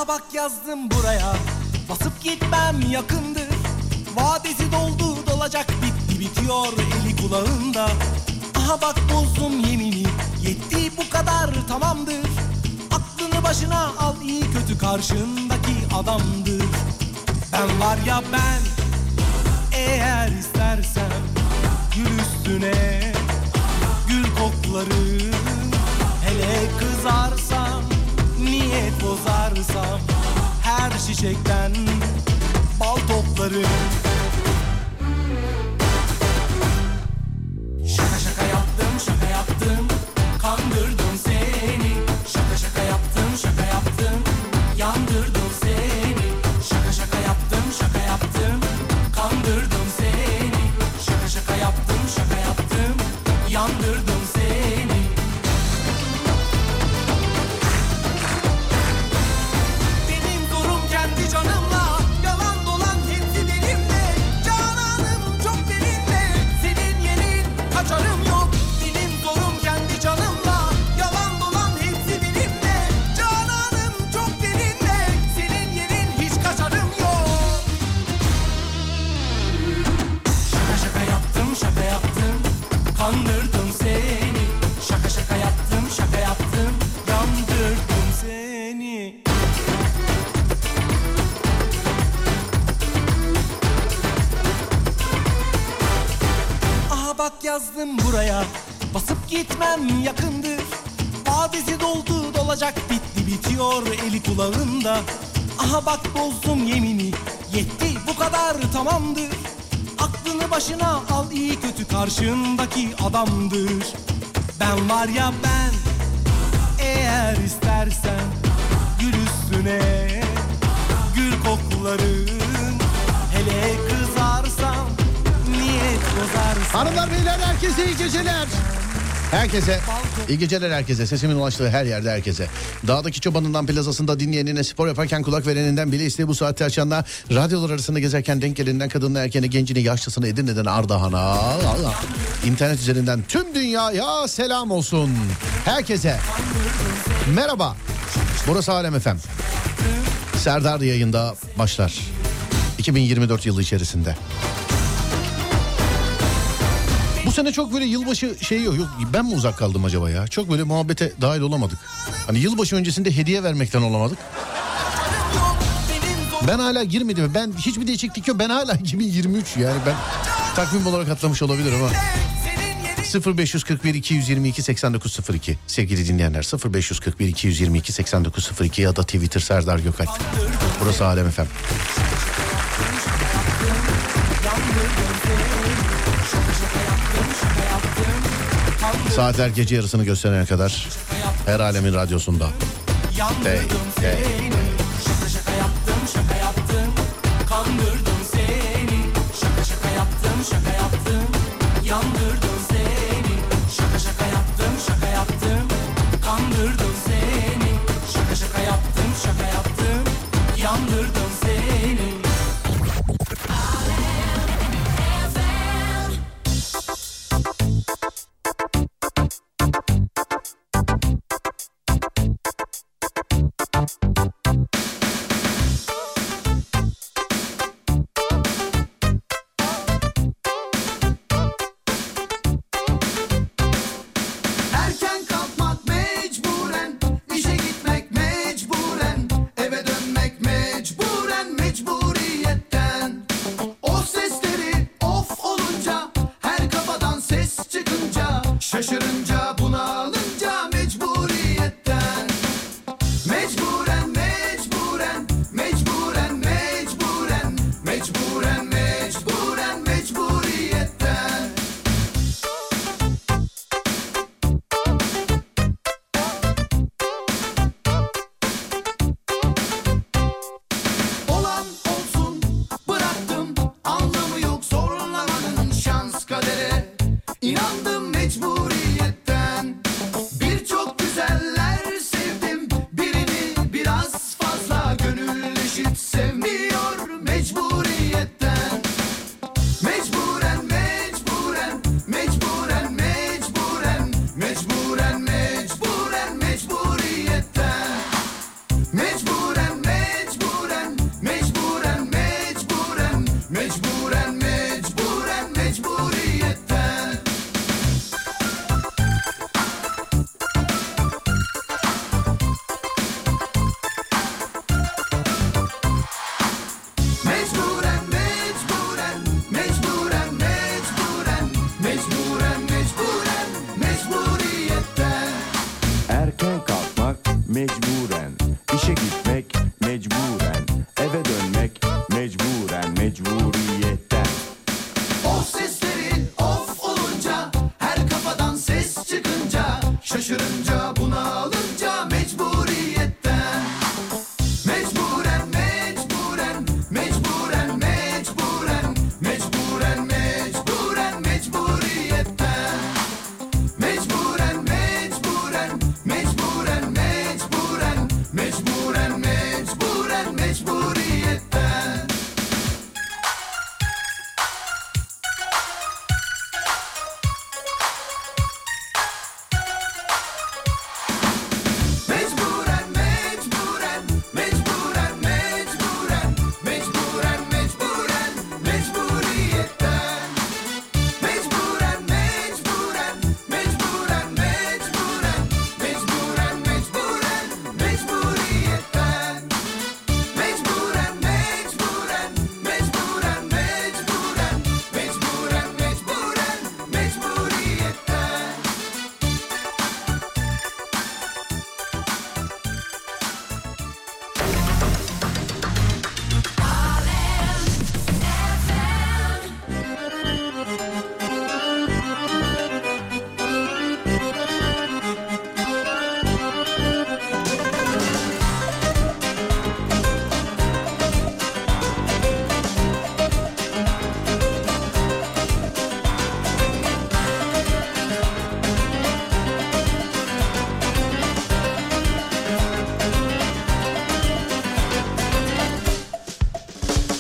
Aha bak yazdım buraya, basıp gitmem yakındır. Vadesi doldu dolacak, bitti bitiyor eli kulağında. Aha bak bozdum yemini, yetti bu kadar tamamdır. Aklını başına al, iyi kötü karşındaki adamdır. Ben var ya ben, eğer istersen gül üstüne gül koklarım. Hele kızarsam, niyet bozarsam her çiçekten bal toplarım. Şaka şaka yaptım, şaka yaptım, kandırdım seni. Şaka şaka yaptım, şaka yaptım, yandırdım seni. Şaka şaka yaptım, şaka yaptım, kandırdım seni. Şaka şaka yaptım, şaka yaptım, yandırdım seni. Benim durum kendi canımla, yalan dolan hepsi benimle. Cananım çok derinde, senin yerin kaçarım yok. Benim zorum kendi canımla, yalan dolan hepsi benimle. Cananım çok derinde, senin yerin hiç kaçarım yok. Şaka şaka yaptım, şaka yaptım, kandırdım seni. Şaka şaka yaptım, şaka yaptım, yandırdım seni. Aha bak yazdım buraya, basıp gitmem yakındır. Vadesi doldu dolacak, bitti bitiyor eli kulağında. Aha bak bozdum yemini, yetti bu kadar tamamdır. Aklını başına al, iyi kötü karşındaki adamdır. Ben var ya ben, eğer istersen gül üstüne gül koklarım. Hele kızarsam, niyet bozarsam. Hanımlar beyler, herkese iyi geceler. Herkese iyi geceler, herkese. Sesimin ulaştığı her yerde herkese. Dağdaki çobanından plazasında dinleyenine, spor yaparken kulak vereninden bile isteği bu saatte açanlar, radyolar arasında gezerken denk geleninden kadınına, erkeğine, gencine, yaşlısına, Edirne'den Ardahan'a, internet üzerinden tüm dünyaya selam olsun. Herkese merhaba. Burası Alem FM. Serdar yayında başlar. 2024 yılı içerisinde. Bu sene çok böyle yılbaşı şeyi yok. Ben mi uzak kaldım acaba ya? Çok böyle muhabbete dahil olamadık. Hani yılbaşı öncesinde hediye vermekten olamadık. Ben hala girmedim. Ben hiçbir değişiklik yok. Ben hala 2023 yani ben takvim olarak atlamış olabilirim ama. 0541 222 8902 sevgili dinleyenler, 0541 222 8902 ya da Twitter Serdar Gökalp. Burası Alem FM. Saatler gece yarısını gösterene kadar her alemin radyosunda. Hey, hey. Şaka şaka yaptım, şaka yaptım, kandırdım seni. Şaka şaka yaptım, şaka yaptım, yandırdım seni. Şaka şaka yaptım, şaka yaptım, kandırdım seni. Şaka şaka yaptım, şaka yaptım, yandırdım seni.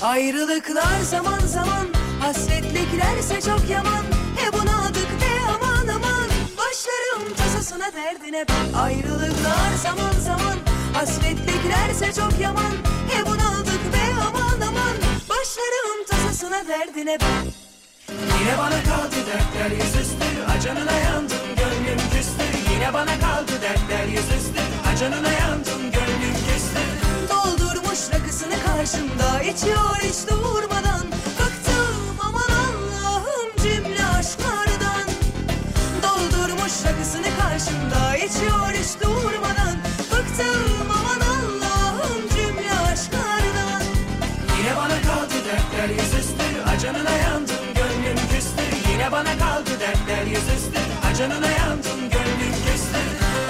Ayrılıklar zaman zaman, hasretliklerse çok yaman. Bunaldık be aman aman, başlarım tasasına derdine ben. Ayrılıklar zaman zaman, hasretliklerse çok yaman. Bunaldık be aman aman, başlarım tasasına derdine ben. Yine bana kaldı dertler yüzüstü, acanına yandım gönlüm küstü. Yine bana kaldı dertler yüzüstü, acanına yandım gönlüm küstü. Doldurmuş rakısını karşımda, içiyor hiç durmadan. Bıktım aman Allah'ım cümle aşklardan. Doldurmuş rakısını karşımda, içiyor hiç durmadan. Bıktım aman Allah'ım cümle aşklardan. Yine bana kaldı dertler yüzüstü, acanına yandım gönlüm küstü. Yine bana kaldı dertler yüzüstü, acanına yandım gönlüm küstü.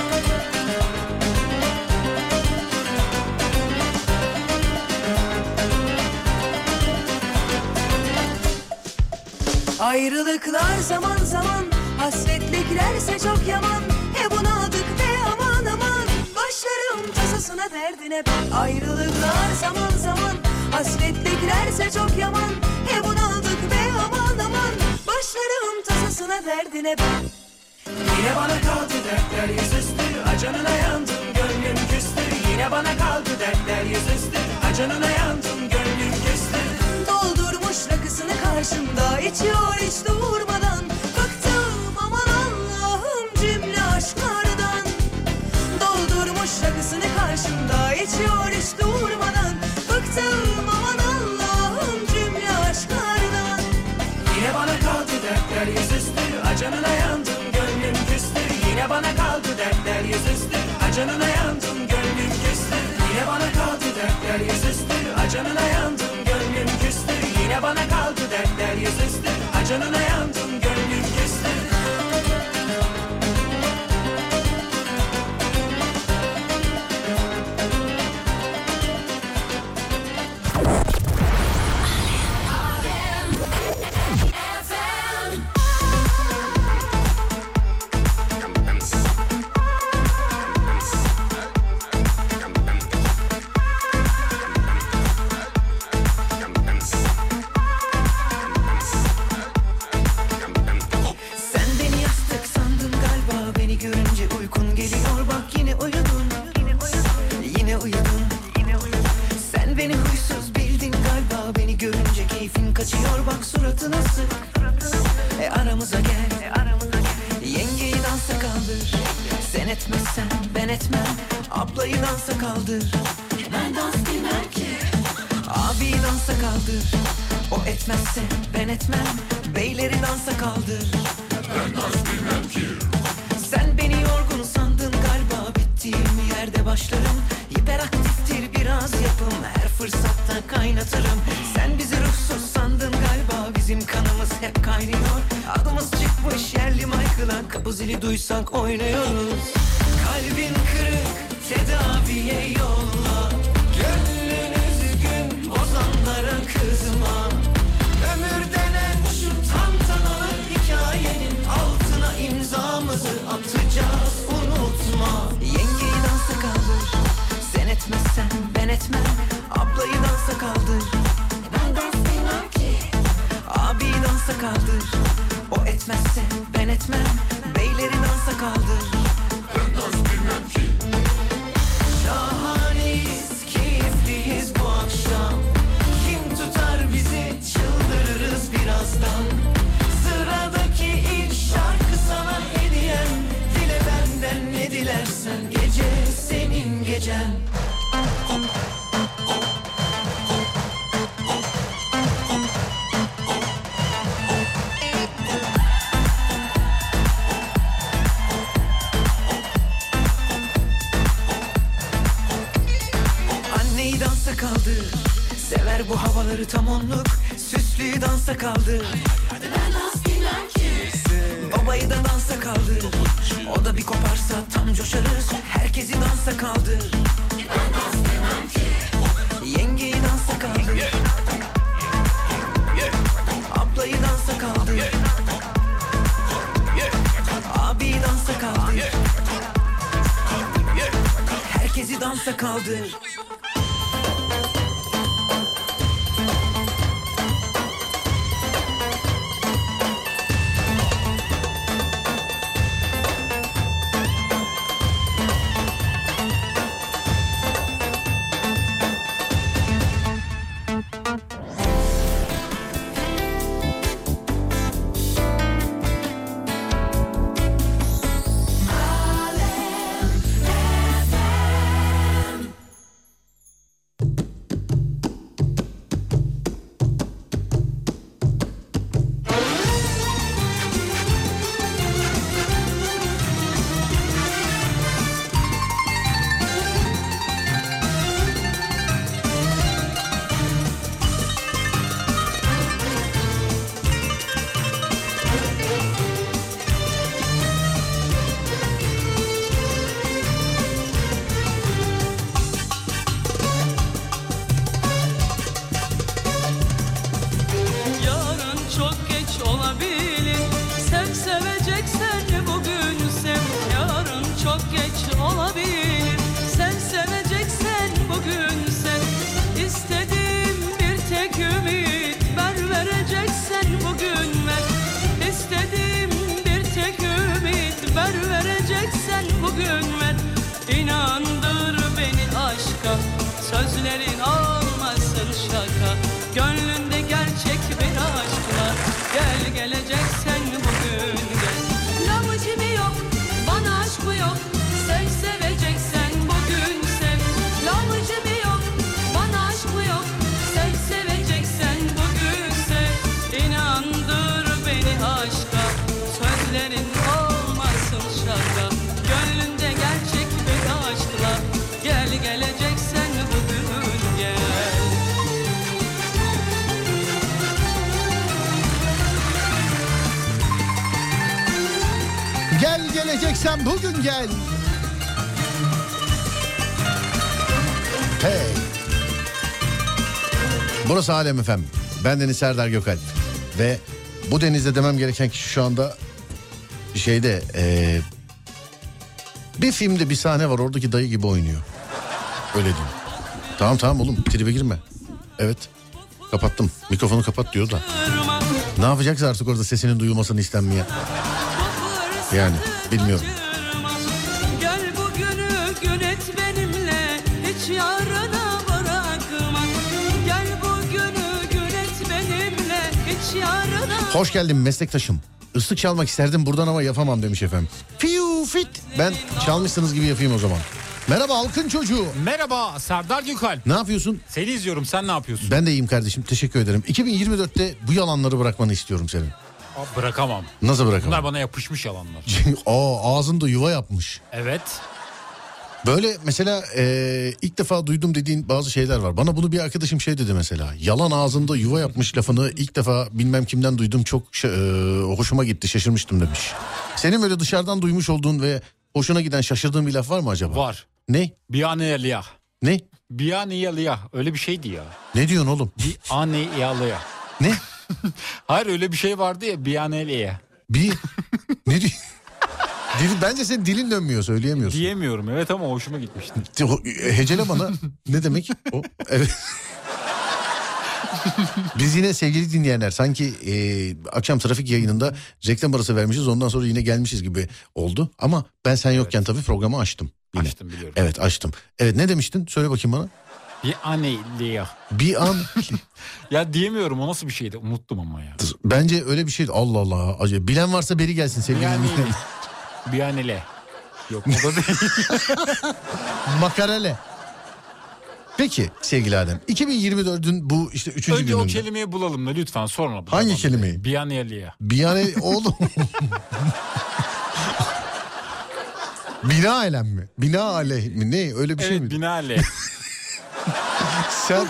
Ayrılıklar zaman zaman, hasretliklerse çok yaman. Bunaldık be aman aman, başlarım tasasına derdine ben. Ayrılıklar zaman zaman, hasretliklerse çok yaman. Bunaldık be aman aman, başlarım tasasına derdine ben. Yine bana kaldı dertler yüzüstü, acanına yandım gönlüm küstü. Yine bana kaldı dertler yüzüstü, acanına yandım gönlüm küstü. Doldurmuş rakısını karşımda, içiyor hiç durmadan. Bıktım aman Allah'ım cümle aşklardan. Doldurmuş rakısını karşımda, içiyor hiç durmadan. Bıktım aman Allah'ım cümle aşklardan. Yine bana kaldı dertler yüzüstü, acanına yandım gönlüm küstü. Yine bana kaldı dertler yüzüstü, acanına yandım gönlüm küstü. Yine bana kaldı dertler yüzüstü, acanına yandım gönlüm küstü. Yine bana kaldı dertler yüzüstü, acanına yandım gönlüm küstü. Aramıza gel, yengeyi dansa kaldır. Sen etmezsen ben etmem, ablayı dansa kaldır. Ben dans bilmem ki. Abiyi dansa kaldır. O etmezse ben etmem, beyleri dansa kaldır. Ben dans bilmem ki. Sen beni yorgun sandın galiba, bittiğim yerde başlarım. Hiperaktiftir biraz yapım, her fırsatta kaynatırım. Sen bizi ruhsuz sandın galiba, bizim kanımız hep kaynıyor. Adımız çıkmış yerli Michael'a, kapı zili duysak oynuyoruz. Kalbin kırık, tedaviye yolla. Gönlün üzgün, bozanlara kızma. Ömür denen şu tantanalı hikayenin altına imzamızı atacağız, unutma. Yengeyi dansa kaldır. Sen etmezsen ben etmem, ablayı dansa kaldır. Ben dans bilmem ki. Abiyi dansa kaldır. O etmezse ben etmem, beyleri dansa kaldır. Ben dans bilmem ki. Şahaneyiz, keyifliyiz bu akşam. Kim tutar bizi, çıldırırız birazdan. Sıradaki ilk şarkı sana hediyem. Dile benden ne dilersen, gece senin gecen. Anneyi dansa kaldır. Sever bu havaları tam onluk. Süslüyü dansa kaldır. Ben dans bilmem ki. Babayı da dansa kaldır. O da bir koparsa tam coşarız. Herkesi dansa kaldır. Ben dans bilmem ki. Yengeyi dansa kaldır. Ablayı dansa kaldır. Abiyi dansa kaldır. Herkesi dansa kaldır. sözlerin olmasın şaka. Gönlünde gerçek bir aşkla gel geleceksen bugün gel. Lamıcı mı yok, bana aşk mı yok, sev seveceksen bugün sev. Lamıcı mı yok, bana aşk mı yok, sev seveceksen bugün sev. İnandır beni aşka, sözlerin olmasın şaka. Gönlünde gerçek bir aşkla gel geleceksen bugün gel. Gel geleceksen bugün gel. Hey. Burası Alem FM. Ben Deniz Serdar Gökalp. Ve bu denizde demem gereken kişi şu anda şeyde bir filmde bir sahne var, oradaki dayı gibi oynuyor. Öyle diyeyim. Tamam oğlum, tribe girme. Evet, kapattım. Mikrofonu kapat diyor da. Ne yapacaksa artık orada sesinin duyulmasını istenmeye. Yani bilmiyorum. Gel bugünü gün et benimle, hiç yarına bırakma. Gel bugünü gün et benimle, hiç yarına. Hoş geldin meslektaşım. Islık çalmak isterdim buradan ama yapamam demiş efendim. Fiu fit. Ben çalmışsınız gibi yapayım o zaman. Merhaba halkın çocuğu. Merhaba Serdar Gökalp. Ne yapıyorsun? Seni izliyorum, sen ne yapıyorsun? Ben de iyiyim kardeşim, teşekkür ederim. 2024'te bu yalanları bırakmanı istiyorum senin. Bırakamam. Nasıl bırakamam? Bunlar bana yapışmış yalanlar. Ağzında yuva yapmış. Evet. Böyle mesela ilk defa duydum dediğin bazı şeyler var. Bana bunu bir arkadaşım şey dedi mesela. Yalan ağzında yuva yapmış lafını ilk defa bilmem kimden duydum. Çok hoşuma gitti, şaşırmıştım demiş. Senin böyle dışarıdan duymuş olduğun ve hoşuna giden, şaşırdığın bir laf var mı acaba? Var. Ne? Biyaneliyah. Ne? Biyaneliyah. Öyle bir şeydi ya. Ne diyorsun oğlum? Biyaneliyah. Ne? Hayır, öyle bir şey vardı ya, biyaneliyah. Ne diyor? Bence senin dilin dönmüyor, söyleyemiyorsun. Diyemiyorum evet, ama hoşuma gitmişti. Hecele bana. Ne demek o? Evet. Biz yine sevgili dinleyenler sanki akşam trafik yayınında reklam arası vermişiz, ondan sonra yine gelmişiz gibi oldu. Ama ben sen yokken tabii programı açtım. Yine. Açtım, biliyorum. Evet, açtım. Evet, ne demiştin? Söyle bakayım bana. Biyaneliyah. Bir an. Ya diyemiyorum, o nasıl bir şeydi, unuttum ama ya. Bence öyle bir şeydi. Allah Allah. Acaba bilen varsa beri gelsin sevgili dinleyenler. Biyanele. Yok, o da değil. Makarele. Peki sevgili Adem, 2024'ün bu işte 3. Önce gününde. o kelimeyi bulalım da lütfen, sonra. Hangi kelimeyi? Biyaneliyah. Oğlum. Binaelen mi? Binaenaleyh mi? Ne? Öyle bir şey mi? Evet, binaenaleyh. Sen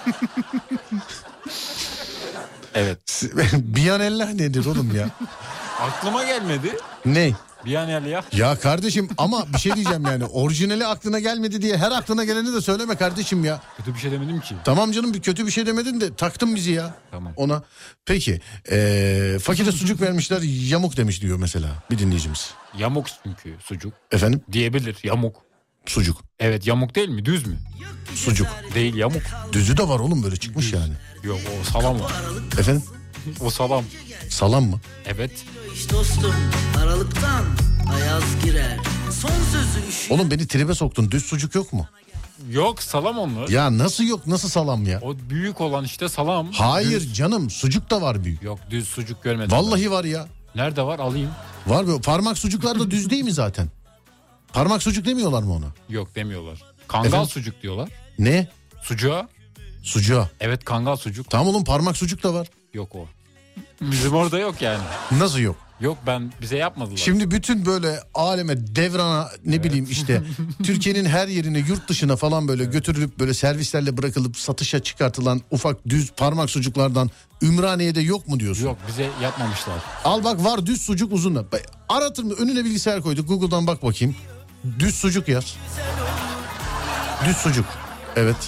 Evet. Biyanellah nedir oğlum ya? Aklıma gelmedi. Ne? Biyaneliyah. Ya kardeşim ama bir şey diyeceğim yani. Orijinali aklına gelmedi diye her aklına geleni de söyleme kardeşim ya. Kötü bir şey demedim ki. Tamam canım, bir kötü bir şey demedin de taktın bizi ya. Tamam. Ona. Peki. Fakire sucuk vermişler, yamuk demiş diyor mesela bir dinleyicimiz. Yamuk çünkü sucuk. Efendim? Diyebilir, yamuk. Sucuk. Evet, yamuk değil mi, düz mü? Sucuk. Değil, yamuk. Düzü de var oğlum, böyle çıkmış yani. Yok, o salam o. Efendim? O salam. Salam mı? Evet. İş dostum, aralıktan ayaz girer. Son sözü üşü. Oğlum beni tribe soktun, düz sucuk yok mu? Yok, salam onlar. Ya nasıl yok, nasıl salam ya? O büyük olan işte salam. Hayır Düz. canım, sucuk da var büyük. Yok, düz sucuk görmedim. Vallahi var ya. Ben. Nerede var, alayım. Var be, parmak sucuklar da düz değil mi zaten? Parmak sucuk demiyorlar mı ona? Yok demiyorlar. Kangal Efendim? sucuk diyorlar. Ne? Sucuğa. Sucuğa. Evet, kangal sucuk. Tamam oğlum, parmak sucuk da var. Yok o. Bizim orada yok yani. Nasıl yok? Yok, bize yapmadılar. Şimdi bütün böyle aleme, devrana, ne bileyim işte Türkiye'nin her yerine, yurt dışına falan böyle götürülüp böyle servislerle bırakılıp satışa çıkartılan ufak düz parmak sucuklardan Ümraniye'de yok mu diyorsun? Yok, bize yapmamışlar. Al bak, var düz sucuk uzunla. Aratır, önüne bilgisayar koyduk, Google'dan bak bakayım. Düz sucuk yaz. Düz sucuk. Evet.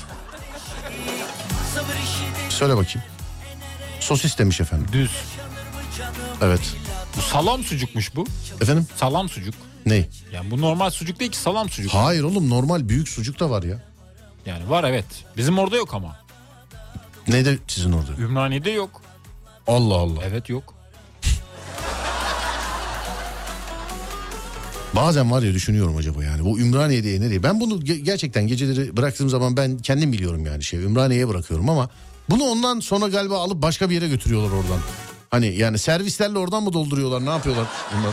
Söyle bakayım. Sosis demiş efendim. Düz. Evet. Bu salam sucukmuş bu. Efendim? Salam sucuk. Ne? Yani bu normal sucuk değil ki, salam sucuk. Hayır oğlum, normal büyük sucuk da var ya. Yani var, evet. Bizim orada yok ama. Ne de sizin orada? Ümraniye'de yok. Allah Allah. Evet, yok. Bazen var ya düşünüyorum acaba yani bu Ümraniye'de nereye? Ben bunu gerçekten geceleri bıraktığım zaman ben kendim biliyorum yani Ümraniye'ye bırakıyorum ama bunu ondan sonra galiba alıp başka bir yere götürüyorlar oradan. Hani yani servislerle oradan mı dolduruyorlar, ne yapıyorlar bunlar?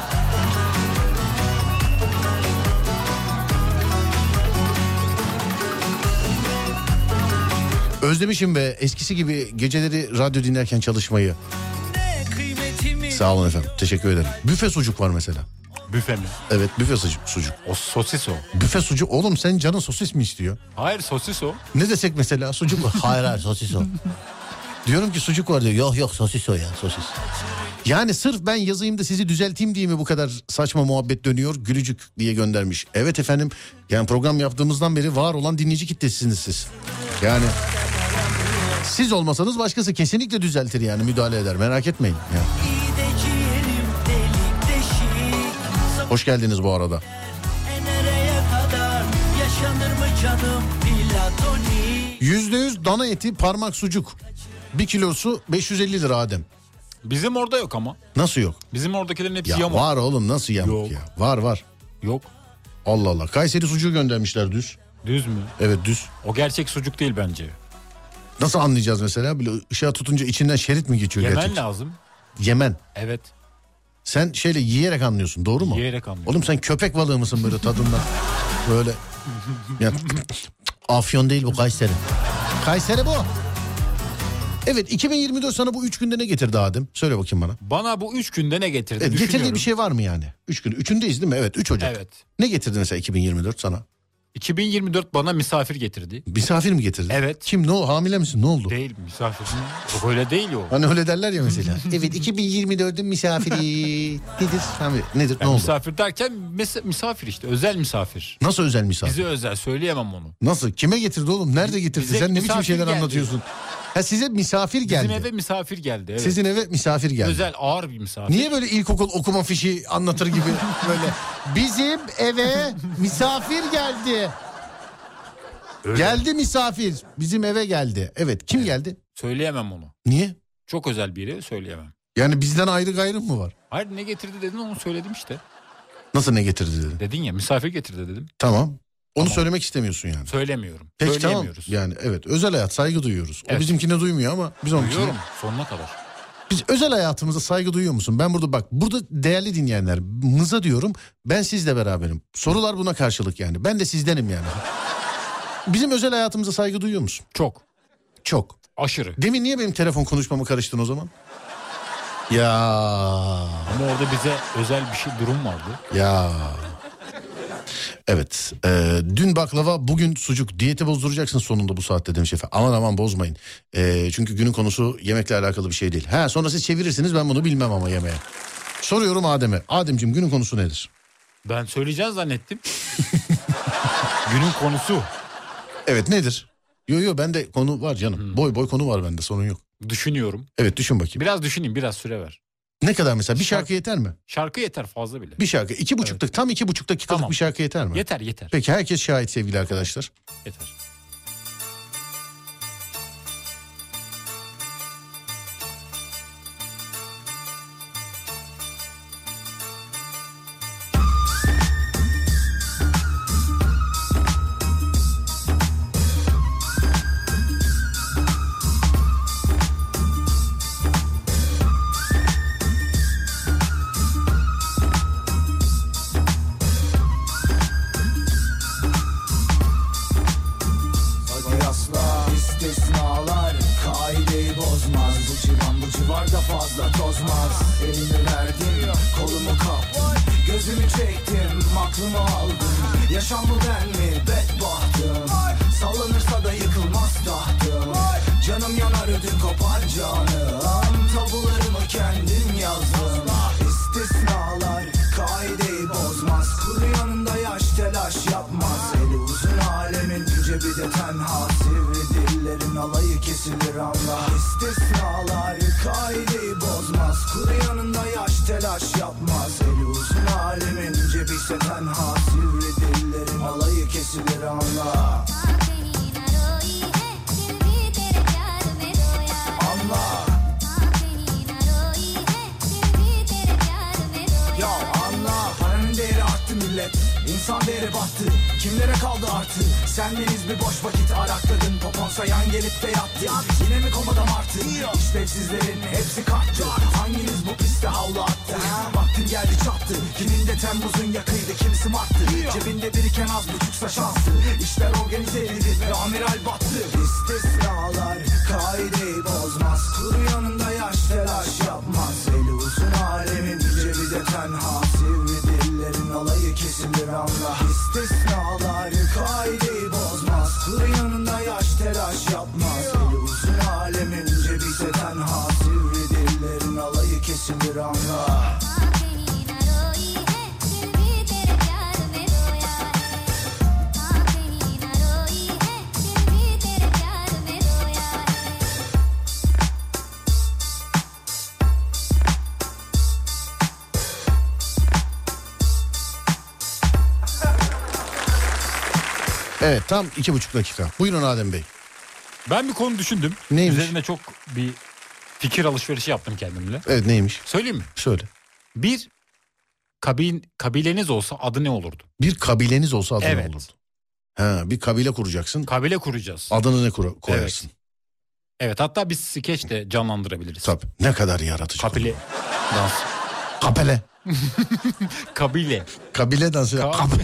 Özlemişim ve eskisi gibi geceleri radyo dinlerken çalışmayı. Sağ olun efendim, teşekkür ederim. Büfe sucuk var mesela. Büfe mi? Evet, büfe sucuk. O sosis o. Büfe sucuk. Oğlum sen canın sosis mi istiyor? Hayır, sosis o. Ne desek mesela, sucuk var. Hayır sosis o. Diyorum ki sucuk var diyor. Yok sosis o ya, sosis. Yani sırf ben yazayım da sizi düzelteyim diye mi bu kadar saçma muhabbet dönüyor? Gülücük diye göndermiş. Evet efendim, yani program yaptığımızdan beri var olan dinleyici kitlesiniz siz. Yani siz olmasanız başkası kesinlikle düzeltir yani, müdahale eder, merak etmeyin. Yani. Hoş geldiniz bu arada. %100 dana eti parmak sucuk. 1 kilosu 550 lira Adem. Bizim orada yok ama. Nasıl yok? Bizim oradakilerin hepsi Ya yamuk. var oğlum, nasıl yamuk Yok. ya? Var. Yok. Allah Allah. Kayseri sucuğu göndermişler düz. Düz mü? Evet düz. O gerçek sucuk değil bence. Nasıl anlayacağız mesela? Böyle ışığa tutunca içinden şerit mi geçiyor? Yemen gerçek? lazım. Yemen. Evet. Sen yiyerek anlıyorsun, doğru mu? Yiyerek anlıyorum. Oğlum sen köpek balığı mısın böyle tadından? Böyle. Ya, Afyon değil bu, Kayseri. Kayseri bu. Evet, 2024 sana bu 3 günde ne getirdi Adem? Söyle bakayım bana. Bana bu 3 günde ne getirdi? Evet, getirdiği bir şey var mı yani? 3 gün. 3'ündeyiz değil mi? Evet, 3 Ocak. Evet. Ne getirdi mesela 2024 sana? 2024 bana misafir getirdi. Misafir mi getirdi? Evet. Kim, ne o, hamile misin, ne oldu? Değil misafir. Yok, öyle değil o. Hani öyle derler ya mesela. Evet, 2024'ün misafiri. Nedir? Ne Yani oldu? misafir derken misafir işte, özel misafir. Nasıl özel misafir? Bize özel, söyleyemem onu. Nasıl? Kime getirdi oğlum? Nerede getirdi? Bize Sen ne biçim misafir şeyler geldi. anlatıyorsun? Ha, size misafir geldi. Bizim eve misafir geldi. Evet. Sizin eve misafir geldi. Özel, ağır bir misafir. Niye böyle ilkokul okuma fişi anlatır gibi böyle? Bizim eve misafir geldi. Öyle. Geldi misafir. Bizim eve geldi. Evet, kim geldi? Söyleyemem onu. Niye? Çok özel biri, söyleyemem. Yani bizden ayrı gayrı mı var? Hayır, ne getirdi dedin, onu söyledim işte. Nasıl ne getirdi dedin? Dedin ya, misafir getirdi dedim. Tamam. Onu Tamam. söylemek istemiyorsun yani. Söylemiyorum. Peki tamam. Söyleyemiyoruz. Yani evet, özel hayat, saygı duyuyoruz. O Evet. bizimkine duymuyor ama biz onunkine. Duyuyorum sonuna kadar. Biz özel hayatımıza saygı duyuyor musun? Ben burada değerli dinleyenler, mıza diyorum, ben sizle beraberim. Sorular buna karşılık yani. Ben de sizdenim yani. Bizim özel hayatımıza saygı duyuyor musun? Çok. Çok. Aşırı. Demin niye benim telefon konuşmamı karıştın o zaman? Ya. Ama orada bize özel bir şey, durum vardı. Ya. Evet. Dün baklava, bugün sucuk. Diyeti bozduracaksın sonunda bu saatte demiş efendim. Aman bozmayın. Çünkü günün konusu yemekle alakalı bir şey değil. Sonra siz çevirirsiniz, ben bunu bilmem ama yemeğe. Soruyorum Adem'e. Ademciğim, günün konusu nedir? Ben söyleyeceğiz zannettim. Günün konusu. Evet, nedir? Yo bende konu var canım. Boy konu var bende, sorun yok. Düşünüyorum. Evet, düşün bakayım. Biraz düşüneyim, biraz süre ver. Ne kadar mesela? Bir şarkı yeter mi? Şarkı yeter, fazla bile. Bir şarkı. 2,5 tam 2,5 dakikalık Tamam. bir şarkı yeter mi? Yeter. Peki, herkes şahit sevgili arkadaşlar. Yeter. Hadi asla istisnalar kaideyi bozmaz. Bu civarda fazla tozmaz. Elimi verdim, kolumu kaptım, gözümü çektim, aklımı aldım. Yaşam mı ben mi bedbahtım? Sallanırsa da yıkılmaz tahtım. Canım yanar, ödüm kopar canım. Tabularımı kendim yazdım. İstisnalar kaideyi bozmaz. Kuru yanında yaş telaş yapmaz. Eli uzun alemin cebi de tenha. Sivri dillerin alayı kesilir anla. İstisnalar kaideyi bozmaz. Kuru yanında yaş telaş yapmaz. Eli uzun alemin cebi ise tenha. Sivri dillerin alayı kesilir anla. Anla. Ya anla. Paranın değeri geri battı. Kimlere kaldı artı? Sendeniz bir boş vakit arakladın. Popon sayan gelip de yattı. Yine mi komada martı? İşlevsizlerin hepsi kalktı. Hanginiz bu piste havlu attı? Vaktin geldi çattı. Kimin de Temmuz'un yakıydı, kimisi Mart'tı. Cebinde biriken az buçuksa şanstı. İşler organize edildi ve amiral battı. İstisnalar kaideyi bozmaz. Kuru yanında yaş telaş yapmaz. Eli uzun alemin cebi de tenha. Sivri dillerin alayı kesilir anla. İstisnalar kaideyi bozmaz. Kuru yanında yaş telaş yapmaz. Eli uzun alemin cebi de tenha. Sivri dillerin alayı kesilir anla. Evet, tam 2,5 dakika. Buyurun Adem Bey. Ben bir konu düşündüm. Neymiş? Üzerine çok bir fikir alışverişi yaptım kendimle. Evet, neymiş? Söyleyeyim mi? Söyle. Bir kabileniz olsa adı ne olurdu? Bir kabileniz olsa adı ne Evet. olurdu? Ha, bir kabile kuracaksın. Kabile kuracağız. Adını ne koyarsın? Evet, hatta biz skeç de canlandırabiliriz. Tabii. Ne kadar yaratıcı. Kabile dans. Kapele. Kabile. Kabile dansı.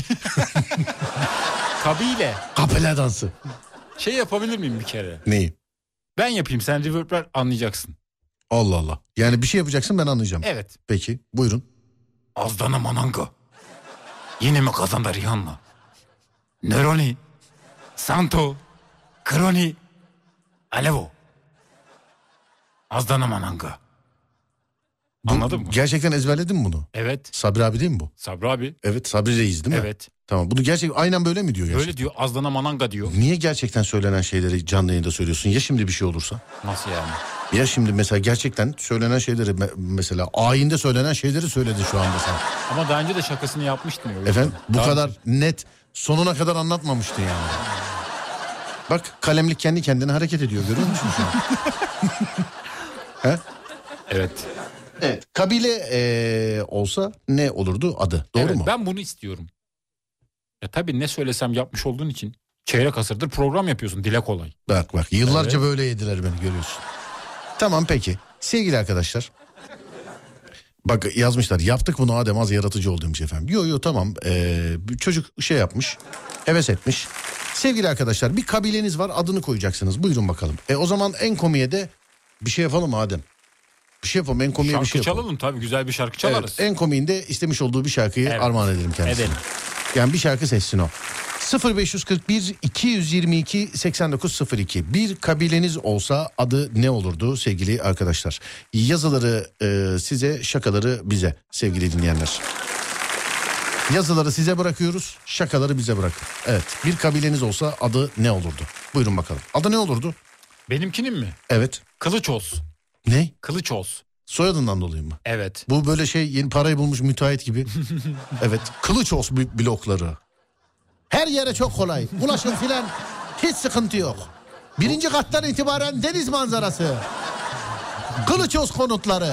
Kabile. Kapele dansı. Şey yapabilir miyim bir kere? Neyi? Ben yapayım, sen reverb ver, anlayacaksın. Allah Allah. Yani bir şey yapacaksın, ben anlayacağım. Evet. Peki, buyurun. Azdana Mananga. Yine mi kazandı Rihanna? Neroni. Santo. Kroni. Alevo. Azdana Mananga. Anladın mı? Gerçekten ezberledin mi bunu? Evet. Sabri abi değil mi bu? Sabri abi. Evet, Sabri Reis değil mi? Evet. Tamam, bunu gerçekten aynen böyle mi diyor gerçekten? Böyle diyor, Azdana Mananga diyor. Niye gerçekten söylenen şeyleri canlı yayında söylüyorsun? Ya şimdi bir şey olursa? Nasıl yani? Ya şimdi mesela gerçekten söylenen şeyleri mesela ayinde söylenen şeyleri söyledi şu anda sen. Ama daha önce de şakasını yapmıştın ya. Efendim bu Daha kadar önce. net sonuna kadar anlatmamıştın yani. Bak, kalemlik kendi kendine hareket ediyor, görüyor musun şu an? He? Evet. Evet. Kabile olsa ne olurdu adı? Doğru Evet, mu? ben bunu istiyorum. Ya tabii ne söylesem yapmış olduğun için çeyrek asırdır program yapıyorsun, dile kolay. Bak yıllarca Evet. böyle yediler beni, görüyorsun. Tamam, peki. Sevgili arkadaşlar. Bak yazmışlar, yaptık bunu Adem, az yaratıcı ol demiş efendim. Yo tamam, çocuk şey yapmış, heves etmiş. Sevgili arkadaşlar, bir kabileniz var, adını koyacaksınız, buyurun bakalım. O zaman en komiğe de bir şey yapalım Adem. Bir şey yapalım, en komiğe Şarkı bir şey yapalım. çalalım tabii, güzel bir şarkı çalarız. Evet, en komiğinde istemiş olduğu bir şarkıyı Evet. armağan edelim kendisine. Edelim. Yani bir şarkı seçsin o. 0541 222 8902. Bir kabileniz olsa adı ne olurdu sevgili arkadaşlar? Yazıları size, şakaları bize sevgili dinleyenler. Yazıları size bırakıyoruz, şakaları bize bırakın. Evet, bir kabileniz olsa adı ne olurdu? Buyurun bakalım. Adı ne olurdu? Benimkinin mi? Evet. Kılıçoz. Ne? Kılıçoz. Soyadından dolayı mı? Evet. Bu böyle şey, yeni parayı bulmuş müteahhit gibi. Evet, Kılıços blokları. Her yere çok kolay. Ulaşım filan hiç sıkıntı yok. 1. kattan itibaren deniz manzarası. Kılıços konutları.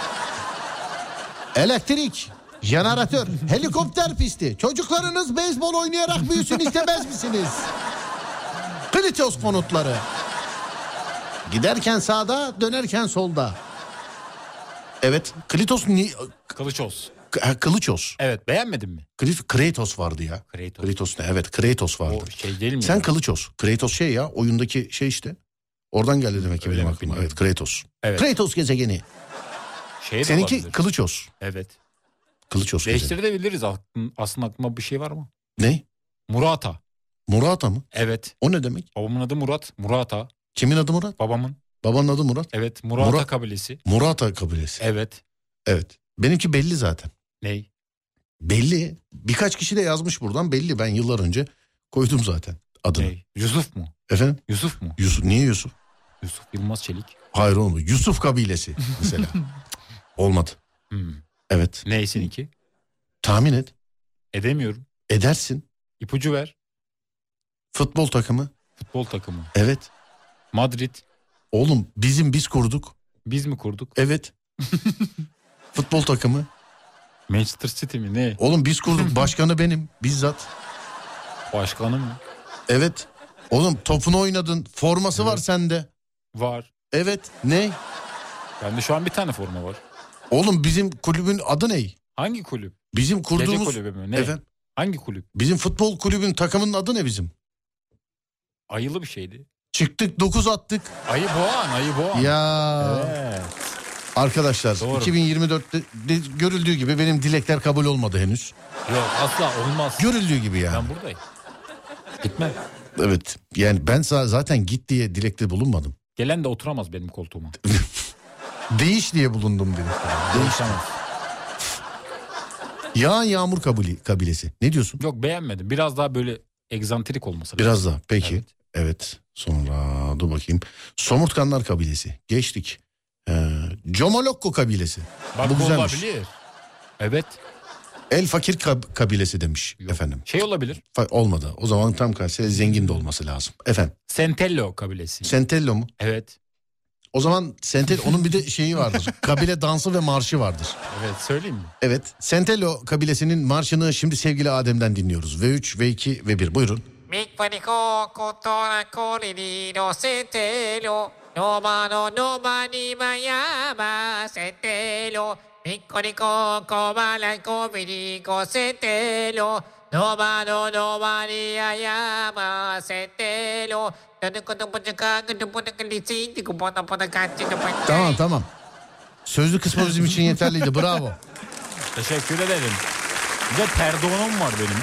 Elektrik, jeneratör, helikopter pisti. Çocuklarınız beyzbol oynayarak büyüsün istemez misiniz? Kılıços konutları. Giderken sağda, dönerken solda. Evet, Klitos niye? Kılıçoz. Kılıços. Evet, beğenmedin mi? Kratos vardı ya. Kratos. Kratos ne? Evet, Kratos vardı. O şey değil mi? Sen ya? Kılıços. Kratos şey ya, oyundaki şey işte. Oradan geldi demek ki Öyle benim mi? aklıma. Bilmiyorum. Evet, Kratos. Evet. Kratos gezegeni. Şey de Seninki olabilir. Kılıços. Evet. Kılıços gezegeni. Değiştirebiliriz. Aslında aklıma bir şey var mı? Ne? Murata. Murata mı? Evet. O ne demek? Babamın adı Murat. Murata. Kimin adı Murat? Babamın. Babanın adı Murat. Evet. Murata Murat. kabilesi. Murata kabilesi. Evet. Evet. Benimki belli zaten. Ney? Belli. Birkaç kişi de yazmış buradan, belli. Ben yıllar önce koydum zaten adını. Ney? Yusuf mu? Efendim? Yusuf mu? Yusuf. Niye Yusuf? Yusuf Yılmaz Çelik. Hayır oğlum. Yusuf kabilesi mesela. Olmadı. Hmm. Evet. Ney seninki? Tahmin et. Edemiyorum. Edersin. İpucu ver. Futbol takımı. Futbol takımı. Evet. Madrid. Oğlum biz kurduk. Biz mi kurduk? Evet. Futbol takımı. Manchester City mi? Ne? Oğlum biz kurduk. Başkanı benim bizzat. Başkanım mı? Evet. Oğlum topunu oynadın. Forması var sende. Var. Evet. Ne? Bende şu an bir tane forma var. Oğlum bizim kulübün adı ne? Hangi kulüp? Bizim kurduğumuz... Gece kulübü mü? Ne? Efendim? Hangi kulüp? Bizim futbol kulübün takımının adı ne bizim? Ayılı bir şeydi. Çıktık 9 attık. Ayı Boğan. Ya. Evet. Arkadaşlar Doğru. 2024'te görüldüğü gibi benim dilekler kabul olmadı henüz. Yok asla olmaz. Görüldüğü gibi yani. Ben buradayım. Gitme. Evet. Yani ben zaten git diye dilekte bulunmadım. Gelen de oturamaz benim koltuğuma. Değiş diye bulundum dilekte. Değişemez. Yağan Yağmur kabilesi. Ne diyorsun? Yok beğenmedim. Biraz daha böyle egzantrik olması lazım. Biraz daha. Peki. Evet. Evet. Sonra dur bakayım. Somurtkanlar kabilesi. Geçtik. Comolokko kabilesi. Bak Bu bu güzelmiş. olabilir. Evet. El Fakir kabilesi demiş Yok. efendim. Şey olabilir. Olmadı. O zaman tam karşısında zengin de olması lazım. Efendim. Sentello kabilesi. Sentello mu? Evet. O zaman onun bir de şeyi vardır. Kabile dansı ve marşı vardır. Evet söyleyeyim mi? Evet. Sentello kabilesinin marşını şimdi sevgili Adem'den dinliyoruz. V3, V2, V1. Buyurun. Mikvaniko kotora koridino setelo no mano no mani mayama setelo Mikvaniko komala kovidiko setelo no mano no mani ayama setelo Tamam. Sözlü kısmı bizim için yeterliydi. Bravo. Teşekkür ederim. Bir de perdonum var benim.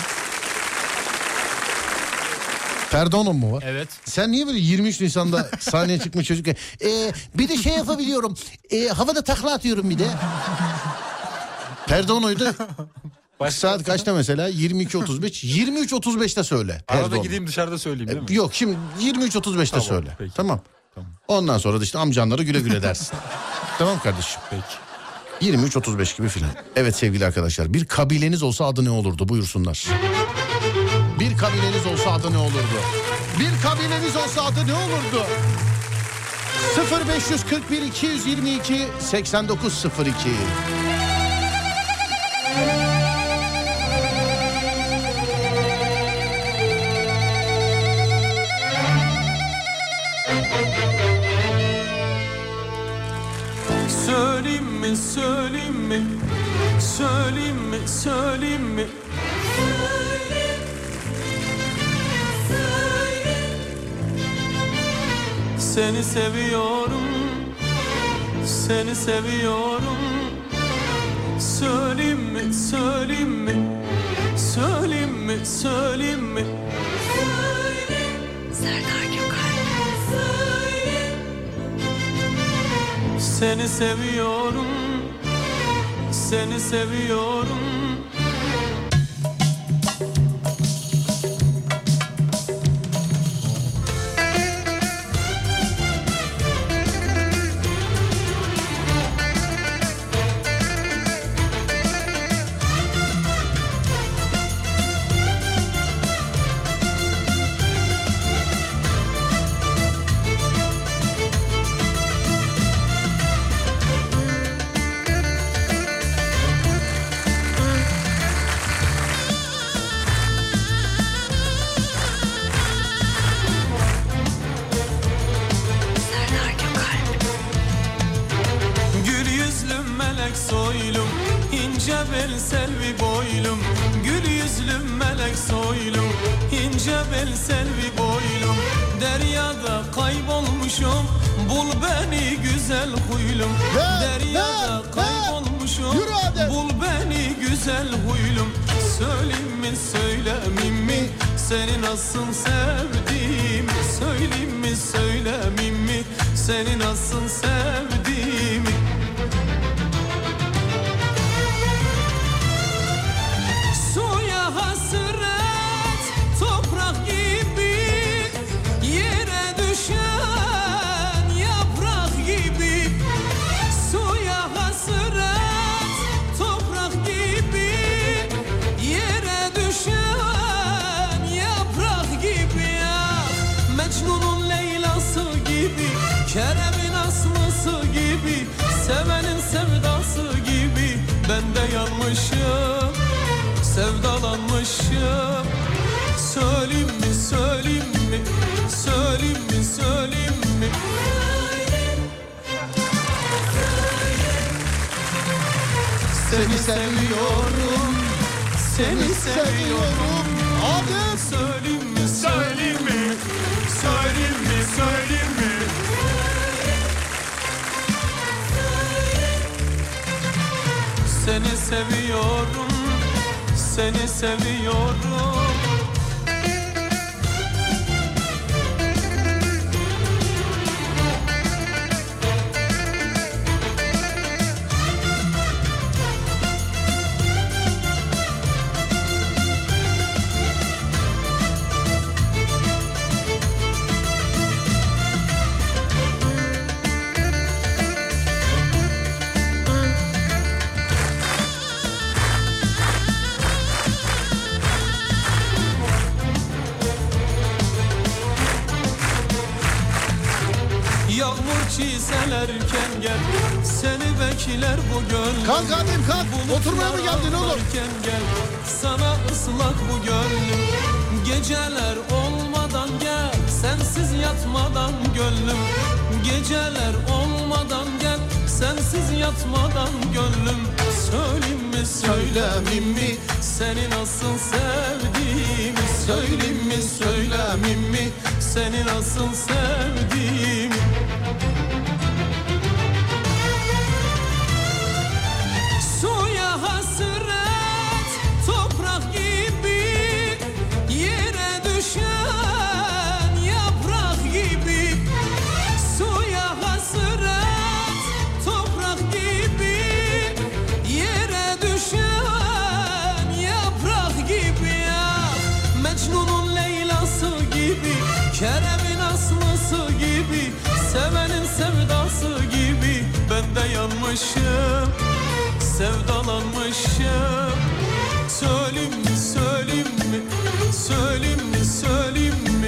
Perdonum mu var? Evet. Sen niye böyle 23 Nisan'da sahneye çıkmış çocuk? Bir de şey yapabiliyorum. Havada takla atıyorum bir de. Perdono'yu da saat kaçta mesela? 22.35. 23.35'te söyle. Arada Perdono. gideyim dışarıda söyleyeyim değil mi? Yok şimdi 23.35'te Tamam, söyle. peki. Tamam. Tamam. Ondan sonra da işte amcanlara güle güle dersin. Tamam kardeşim. Peki. 23.35 gibi filan. Evet sevgili arkadaşlar, bir kabileniz olsa adı ne olurdu buyursunlar. Bir kabileniz olsa adı ne olurdu? Bir kabileniz olsa adı ne olurdu? 0541 222 8902. Söyleyeyim mi? Seni seviyorum. Söyleyeyim mi? Serdar Gökalp. Seni seviyorum. Serdar Gökalp. Gül yüzlüm melek soylum, ince bel selvi boylum. Gül yüzlüm melek soylum, ince bel selvi boylum. Deryada kaybolmuşum, bul beni güzel huylum. Deryada kaybolmuşum, bul beni güzel huylum. Söyleyeyim mi söylemeyeyim mi, seni nasıl sevdim? Söyleyeyim mi söylemeyeyim mi, seni nasıl sevdim? Suya hasret toprak gibi, yere düşen yaprak gibi. Suya hasret toprak gibi, yere düşen yaprak gibi. Ah, Mecnun'un Leyla'sı gibi, Kerem'in Aslı'sı gibi, sevenin sevdası gibi. Ben de yanmışım, sevdalanmışım. Söyle Seni seviyorum. Seni seviyorum. Hadi. Söyleyeyim mi, söyleyeyim mi? Söyleyeyim mi, söyleyeyim mi? Seni seviyorum, seni seviyorum. Yağmur çiselerken gel, seni bekler bu gönlüm. Kalk Adem kalk. Oturmaya mı geldin oğlum? Gel, sana ıslak bu gönlüm. Geceler olmadan gel, sensiz yatmadan gönlüm. Geceler olmadan gel, sensiz yatmadan gönlüm. Söyleyeyim mi, söylemeyeyim mi? Seni nasıl sevdiğimi. Söyleyeyim mi, söylemeyeyim mi? Seni nasıl sevdiğimi. Suya hasret, toprak gibi, yere düşen yaprak gibi. Suya hasret, toprak gibi, yere düşen yaprak gibi. Mecnun'un Leyla'sı gibi, Kerem'in Aslı'sı gibi, sevenin sevdası gibi. Ben de yanmışım, sevdalanmışım. Söyleyeyim mi, söyleyeyim mi? Söyleyeyim mi, söyleyeyim mi?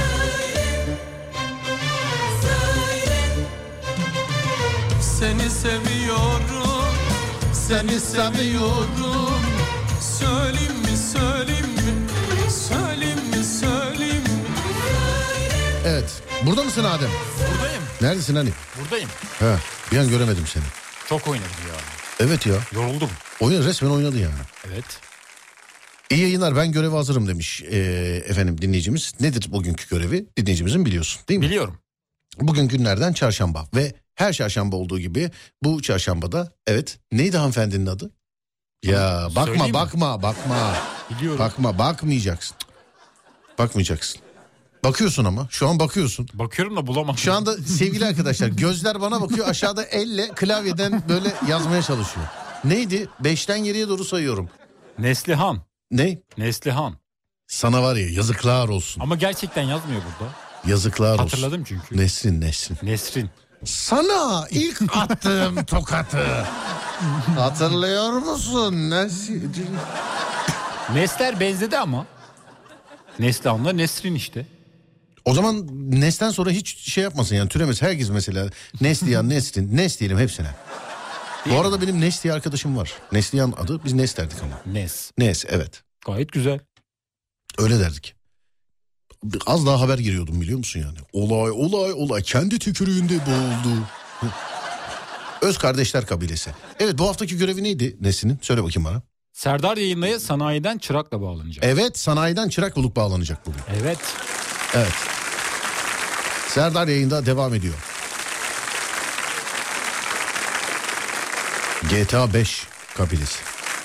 Seni seviyorum, seni seviyorum. Söyleyeyim mi, söyleyeyim mi? Söyleyeyim mi, söyleyeyim mi? Evet. Burada mısın Adem? Buradayım. Neredesin hani? Buradayım. He. Bir an göremedim seni. Çok oynadım ya. Evet ya. Yoruldum. Resmen oynadı yani. Evet. İyi yayınlar, ben göreve hazırım demiş efendim dinleyicimiz. Nedir bugünkü görevi? Dinleyicimizin biliyorsun değil mi? Biliyorum. Bugün günlerden çarşamba ve her çarşamba olduğu gibi bu çarşambada evet neydi hanımefendinin adı? Ya Söyleyeyim mi? bakma. Biliyorum. Bakmayacaksın. Bakmayacaksın. Bakıyorsun ama şu an bakıyorsun. Bakıyorum da bulamadım. Şu anda sevgili arkadaşlar gözler bana bakıyor, aşağıda elle klavyeden böyle yazmaya çalışıyor. Neydi? 5'ten geriye doğru sayıyorum. Neslihan. Ne? Neslihan. Sana var ya yazıklar olsun. Ama gerçekten yazmıyor burada. Yazıklar olsun. Hatırladım çünkü. Nesrin. Nesrin. Sana ilk attığım tokatı hatırlıyor musun? Nesler benzedi ama. Neslihan'la Nesrin işte. O zaman Nes'ten sonra hiç şey yapmasın yani, türemez. Herkes mesela Neslihan, Nesrin, Nes diyelim hepsine. Bu arada benim Nes diye arkadaşım var. Neslihan adı, biz Nes derdik ama. Nes evet. Gayet güzel. Öyle derdik. Az daha haber giriyordum biliyor musun yani. Olay kendi tükürüğünde boğuldu. Öz kardeşler kabilesi. Evet, bu haftaki görevi neydi Nes'inin? Söyle bakayım bana. Serdar Yayınlay'a sanayiden çırakla bağlanacak. Evet, sanayiden çırak bulup bağlanacak bugün. Evet. Evet. Serdar Yayında devam ediyor. GTA 5 kabilesi.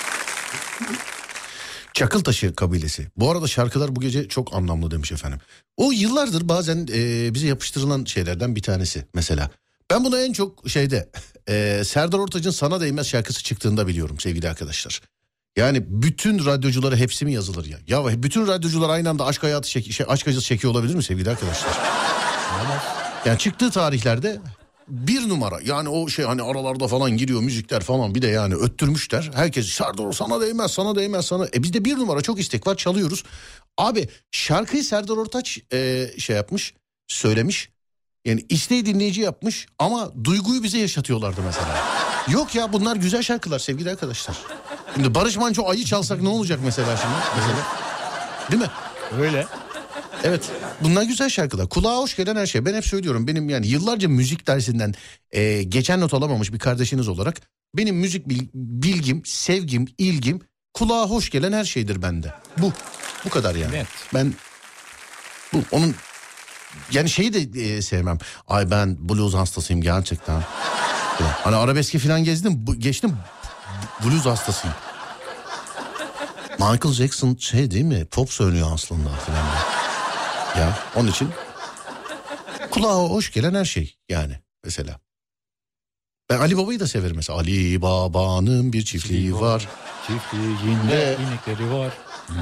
Çakıltaşı kabilesi. Bu arada şarkılar bu gece çok anlamlı demiş efendim. O yıllardır bazen bize yapıştırılan şeylerden bir tanesi mesela. Ben bunu en çok Serdar Ortaç'ın Sana Değmez şarkısı çıktığında biliyorum sevgili arkadaşlar. Yani bütün radyoculara hepsi mi yazılır ya? Ya bütün radyocular aynı anda aşk acısı çekiyor olabilir mi sevgili arkadaşlar? Yani çıktığı tarihlerde bir numara. Yani o hani aralarda falan giriyor müzikler falan, bir de yani öttürmüşler. Herkes Serdar sana değmez, sana değmez, sana. Bizde bir numara, çok istek var, çalıyoruz. Abi şarkıyı Serdar Ortaç yapmış, söylemiş. Yani isteği dinleyici yapmış ama duyguyu bize yaşatıyorlardı mesela. Yok ya, bunlar güzel şarkılar sevgili arkadaşlar. Şimdi Barış Manço Ayı çalsak ne olacak mesela şimdi? Mesela. Değil mi? Öyle. Evet, bunlar güzel şarkılar. Kulağa hoş gelen her şey. Ben hep söylüyorum, benim yani yıllarca müzik dersinden geçen not alamamış bir kardeşiniz olarak Benim müzik bilgim, sevgim, ilgim kulağa hoş gelen her şeydir bende. Bu kadar yani. Net. Ben onun yani şeyi de sevmem. Ay ben blues hastasıyım gerçekten. Hani arabeski falan geçtim blues hastasıyım. Michael Jackson şey değil mi? Pop söylüyor aslında falan. Ya onun için kulağa hoş gelen her şey yani mesela. Ben Ali Baba'yı da severim mesela. Ali Baba'nın bir çiftliği var. Çiftliğinde inekleri var.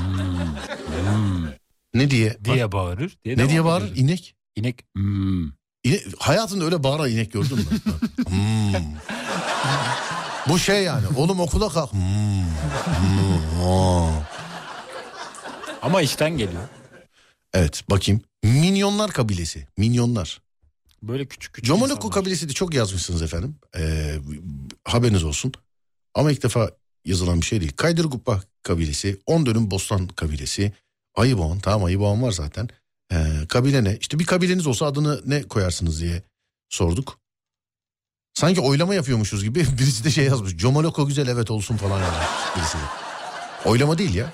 Ne diye? Diye bağırır. Ne diye bağırır? İnek. İnek. Hayatında öyle bağıran inek gördün mü? Bu şey yani. Oğlum okula kalk. Ama içten geliyor. Evet bakayım. Minyonlar kabilesi. Minyonlar. Böyle küçük Jomoloko insanlar. kabilesi de çok yazmışsınız efendim. Haberiniz olsun. Ama ilk defa yazılan bir şey değil. Kaydırguppa kabilesi, 10 dönüm bostan kabilesi, Ayıboğan, tamam Ayıboğan var zaten. Kabile ne? İşte bir kabileniz olsa adını ne koyarsınız diye sorduk. Sanki oylama yapıyormuşuz gibi birisi de şey yazmış. Jomoloko güzel evet olsun falan yazmış birisi de. Oylama değil ya.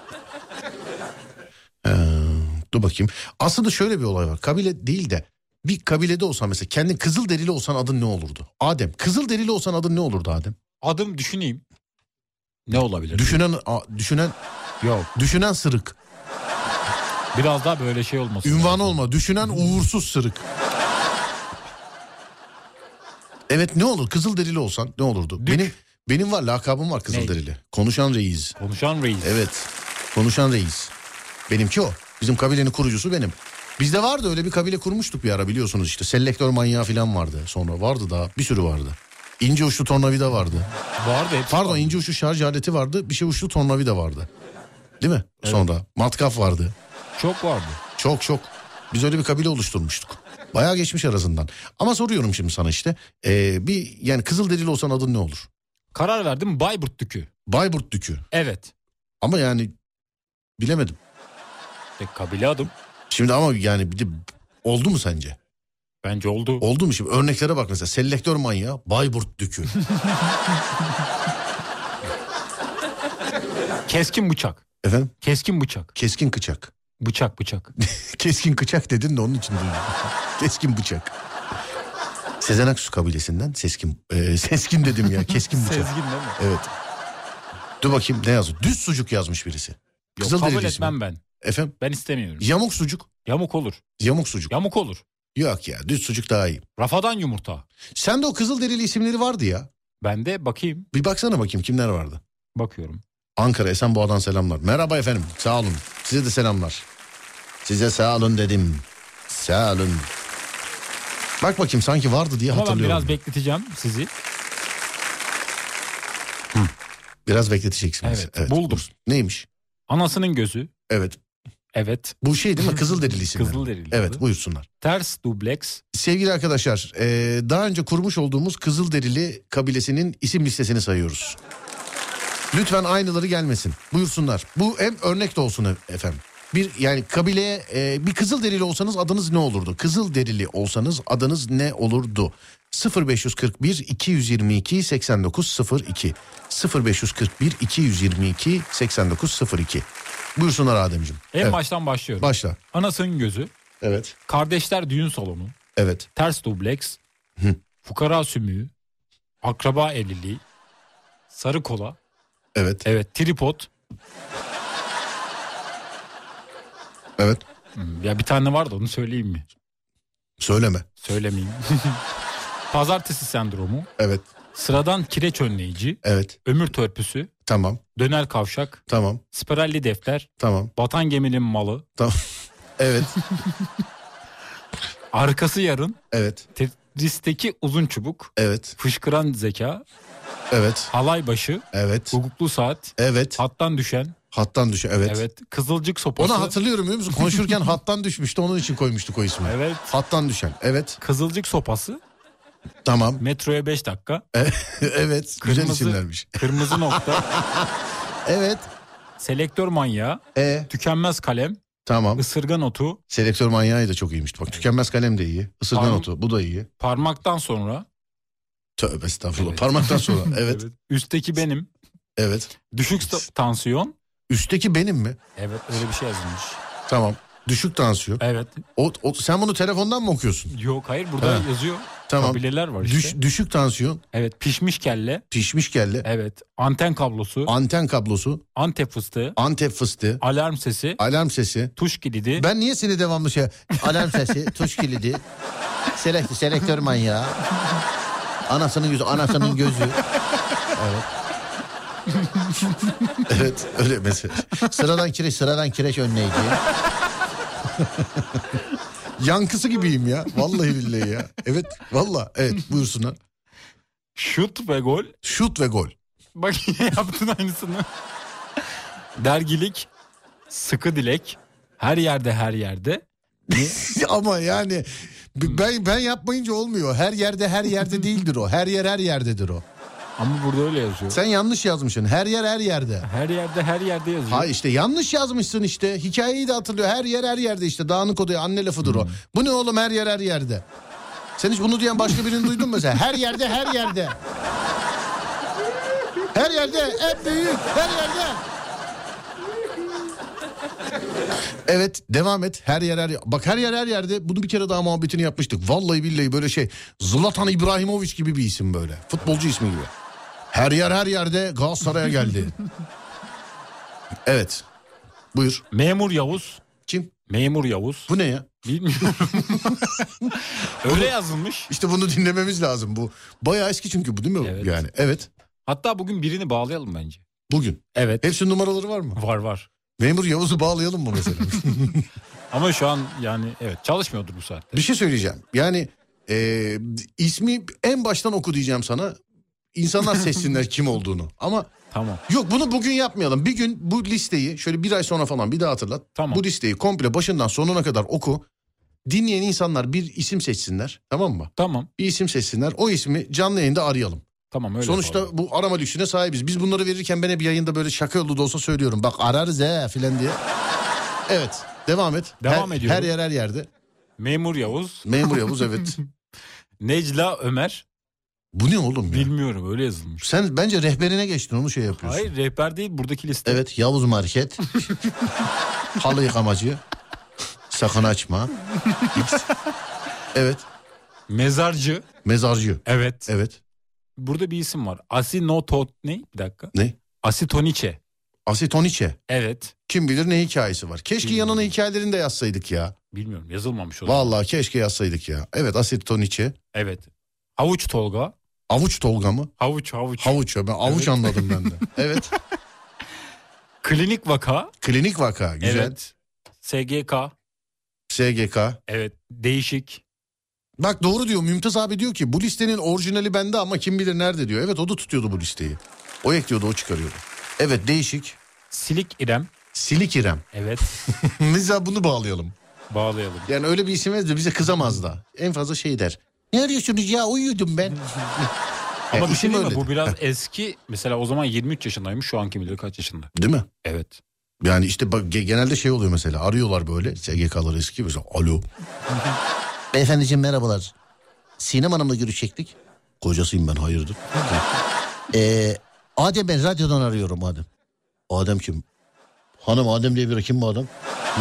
Dur bakayım. Aslında şöyle bir olay var. Kabile değil de bir kabilede olsan mesela kendin Kızılderili olsan adın ne olurdu? Adem. Kızılderili olsan adın ne olurdu Adem? Adım düşüneyim. Ne olabilir? Düşünen sırık. Biraz daha böyle şey olması. Ünvanı olma. Düşünen uğursuz sırık. Evet ne olur? Kızılderili olsan ne olurdu? Benim var lakabım var Kızılderili. Konuşan reis. Konuşan reis. Evet. Konuşan reis. Benimki o. Bizim kabilenin kurucusu benim. Bizde vardı öyle bir kabile kurmuştuk bir ara biliyorsunuz işte. Selektör manyağı falan vardı. Sonra vardı daha bir sürü vardı. İnce uçlu tornavida vardı. Vardı hepsi. Pardon ince uçlu şarj aleti vardı. Bir şey uçlu tornavida vardı. Değil mi? Evet. Sonra matkaf vardı. Çok vardı. Çok. Biz öyle bir kabile oluşturmuştuk. Bayağı geçmiş arasından. Ama soruyorum şimdi sana işte. Yani Kızılderili olsan adın ne olur? Karar verdim Bayburt Dükü. Bayburt Dükü. Evet. Ama yani bilemedim. Kabile adım. Şimdi ama yani bir de oldu mu sence? Bence oldu. Oldu mu şimdi? Örneklere bak mesela. Selektör manyağı Bayburt Dükü. Keskin bıçak. Efendim? Keskin bıçak. Keskin kıçak. Bıçak. Keskin kıçak dedin de onun için duydum. Keskin bıçak. Sezen Aksu kabilesinden seskin dedim ya. Keskin bıçak. Sezgin değil mi? Evet. Dur bakayım ne yazıyor? Düz sucuk yazmış birisi. Yok, kabul etmem ben. Efendim? Ben istemiyorum. Yamuk sucuk. Yamuk olur. Yamuk sucuk. Yamuk olur. Yok ya düz sucuk daha iyi. Rafadan yumurta. Sende o Kızılderili isimleri vardı ya. Ben de bakayım. Bir baksana bakayım kimler vardı. Bakıyorum. Ankara Esenboğa'dan selamlar. Merhaba efendim sağ olun. Size de selamlar. Size sağ olun dedim. Sağ olun. Bak bakayım sanki vardı diye ama hatırlıyorum. ben biraz bekleteceğim sizi. Biraz bekleteceksiniz. Evet. Buldum. Neymiş? Anasının gözü. Evet. Evet. Bu şey değil mi? Kızılderili isimler. Kızılderili. Evet buyursunlar. Ters dubleks. Sevgili arkadaşlar daha önce kurmuş olduğumuz Kızılderili kabilesinin isim listesini sayıyoruz. Lütfen aynıları gelmesin. Buyursunlar. Bu hem örnek de olsun efendim. Bir yani kabileye bir Kızılderili olsanız adınız ne olurdu? Kızılderili olsanız adınız ne olurdu? 0541 222 8902 0541 222 8902 Buyursunlar Ademciğim. En baştan başlıyorum. Başla. Anasının gözü. Evet. Kardeşler düğün salonu. Evet. Ters dubleks. Hı. Fukara sümüğü. Akraba evliliği. Sarı kola. Evet. Evet. Tripod. Evet. Ya bir tane vardı onu söyleyeyim mi? Söyleme. Söylemeyeyim. Pazartesi sendromu. Evet. Sıradan kireç önleyici. Evet. Ömür törpüsü. Tamam. Döner kavşak. Tamam. Spiralli defter. Tamam. Batan geminin malı. Tamam. Evet. Arkası yarın. Evet. Tetris'teki uzun çubuk. Evet. Fışkıran zeka. Evet. Halay başı. Evet. Hukuklu saat. Evet. Hattan düşen. Hattan düşen. Evet. Evet. Kızılcık sopası. Onu hatırlıyorum biliyor musun? Konuşurken hattan düşmüştü. Onun için koymuştuk o ismi. Evet. Hattan düşen. Evet. Kızılcık sopası. Tamam. Metroya 5 dakika. Evet. Güzel Kırmızı- isimlermiş. Kırmızı nokta. Evet. Selektör manyağı. Tükenmez kalem. Tamam. Isırgan otu. Selektör manyağı da çok iyiymiş. Bak tükenmez kalem de iyi. Isırgan otu bu da iyi. Parmaktan sonra. Tövbe estağfurullah. Evet. Parmaktan sonra. Evet. Evet. Üstteki benim. Evet. Düşük tansiyon. Üstteki benim mi? Evet, öyle bir şey yazılmış. Tamam. Düşük tansiyon. Evet. Sen bunu telefondan mı okuyorsun? Yok, hayır, burada Ha. yazıyor. Tamam. Kabileler var işte. Düşük tansiyon. Evet, pişmiş kelle. Pişmiş kelle. Evet, anten kablosu. Anten kablosu. Antep fıstığı. Antep fıstığı. Alarm sesi. Alarm sesi. Tuş kilidi. Ben niye seni devamlı alarm sesi, tuş kilidi, selektör manyağı, anasının yüzü, anasının gözü. Evet. Evet, öyle mesela. Sıradan kireç önleyici. Yankısı gibiyim ya. Vallahi billahi ya. Evet, vallahi. Evet, buyursunlar. Şut ve gol. Şut ve gol. Bak yine yaptın aynısını. Dergilik. Sıkı dilek. Her yerde. Ama yani ben yapmayınca olmuyor. Her yerde değildir o. Her yerdedir o. Ama burada öyle yazıyor. Sen yanlış yazmışsın. Her yerde. Her yerde yazıyor. Ha işte yanlış yazmışsın işte. Hikayeyi de hatırlıyor. Her yerde işte. Dağınık odaya anne lafıdır o. Bu ne oğlum her yerde. Sen hiç bunu diyen başka birini duydun mu mesela? Her yerde. Her yerde en büyük her yerde. Evet, devam et. Her yer. Bak her yerde. Bunu bir kere daha muhabbetini yapmıştık. Vallahi billahi böyle Zlatan İbrahimovic gibi bir isim böyle. Futbolcu ismi gibi. Her yerde Galatasaray'a geldi. Evet. Buyur. Memur Yavuz. Kim? Memur Yavuz. Bu ne ya? Bilmiyorum. Öyle yazılmış. İşte bunu dinlememiz lazım. Bu bayağı eski çünkü bu, değil mi? Evet. Yani evet. Hatta bugün birini bağlayalım bence. Bugün. Evet. Hepsinin numaraları var mı? Var. Memur Yavuz'u bağlayalım mı mesela? Ama şu an yani evet çalışmıyordur bu saatte. Bir şey söyleyeceğim. Yani ismi en baştan oku diyeceğim sana. İnsanlar seçsinler kim olduğunu. Ama Tamam. yok, bunu bugün yapmayalım. Bir gün bu listeyi şöyle bir ay sonra falan bir daha hatırlat. Tamam. Bu listeyi komple başından sonuna kadar oku. Dinleyen insanlar bir isim seçsinler, tamam mı? Tamam. Bir isim seçsinler. O ismi canlı yayında arayalım. Tamam öyle Sonuçta yapalım. bu arama lüksüne sahibiz. Biz bunları verirken ben hep yayında böyle şaka yolu da olsa söylüyorum. Bak ararız filan diye. Evet, devam et. Devam ediyorum. Her yerde. Memur Yavuz. Memur Yavuz, evet. Necla Ömer. Bu ne oğlum ya? Bilmiyorum, öyle yazılmış. Sen bence rehberine geçtin, onu yapıyorsun. Hayır, rehber değil buradaki liste. Evet, Yavuz Market. Halı yıkamacı. Sakın açma. Evet. Mezarcı. Mezarcı. Evet. Evet. Burada bir isim var. Ne? Bir dakika. Ne? Asitoniçe. Asitoniçe. Evet. Kim bilir ne hikayesi var. Keşke Bilmiyorum. yanına hikayelerini de yazsaydık ya. Bilmiyorum, yazılmamış o. Vallahi keşke yazsaydık ya. Evet, Asitoniçe. Evet. Havuç Tolga. Avuç Tolga mı? Havuç. Havuç ya, ben avuç Evet. anladım ben de. Evet. Klinik Vaka. Klinik Vaka, güzel. Evet. SGK. SGK. Evet. Değişik. Bak doğru diyor, Mümtaz abi diyor ki bu listenin orijinali bende ama kim bilir nerede diyor. Evet, o da tutuyordu bu listeyi. O ekliyordu, o çıkarıyordu. Evet, değişik. Silik İrem. Silik İrem. Evet. Mesela bunu bağlayalım. Bağlayalım. Yani öyle bir isim de bize kızamaz da. En fazla der. Ne arıyorsunuz ya, uyuyordum ben. Ama Yani bir şey isim değil mi? öyle. Bu biraz eski. Mesela o zaman 23 yaşındaymış. Şu an kim bilir kaç yaşında. Değil mi? Evet. Yani işte bak, genelde oluyor mesela. Arıyorlar böyle SGK'ları eski mesela. Alo. Beyefendiciğim merhabalar. Sinem Hanım'la görüşecektik. Kocasıyım ben, hayırdır? Adem, ben radyodan arıyorum Adem. Adem kim? Hanım Adem diye biri, kim bu adam?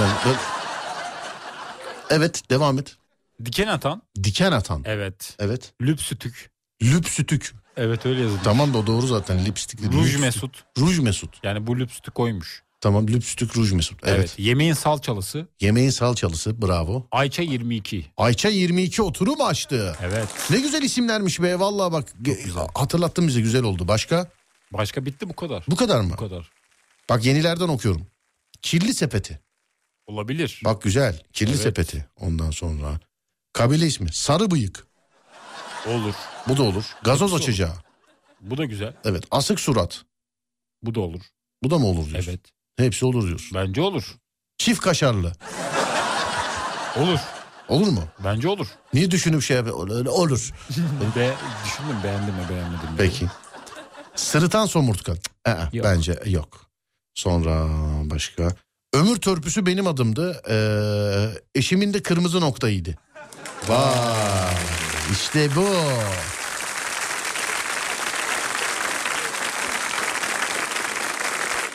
Evet, devam et. Diken atan. Diken atan. Evet. Evet. Lüpsütük. Lüpsütük. Evet, öyle yazılmış. Tamam da o doğru zaten, lipstikli. Ruj Lüpsütük. Mesut. Ruj Mesut. Yani bu lüpsütük koymuş. Tamam, lüpsütük Ruj Mesut. Evet. Yemeğin salçalısı. Yemeğin salçalısı, bravo. Ayça 22. Ayça 22 oturum açtı. Evet. Ne güzel isimlermiş be, vallahi bak. Hatırlattın bize, güzel oldu. Başka? Başka bitti, bu kadar. Bu kadar mı? Bu kadar. Bak yenilerden okuyorum. Kirli sepeti. Olabilir. Bak güzel. Kirli Evet. sepeti. Ondan sonra. Kabile ismi. Sarı bıyık. Olur. Bu da olur. Gazoz Hepsi açacağı. Bu da güzel. Evet. Asık surat. Bu da olur. Bu da mı olur diyorsun? Evet. Hepsi olur diyorsun. Bence olur. Çift kaşarlı. Olur. Olur mu? Bence olur. Niye düşünüp öyle olur. Düşündüm, beğendim mi beğenmedim mi? Peki. Sırıtan somurtkan. Yok. Bence yok. Sonra başka. Ömür törpüsü benim adımdı. Eşimin de kırmızı noktaydı. Vay. İşte bu.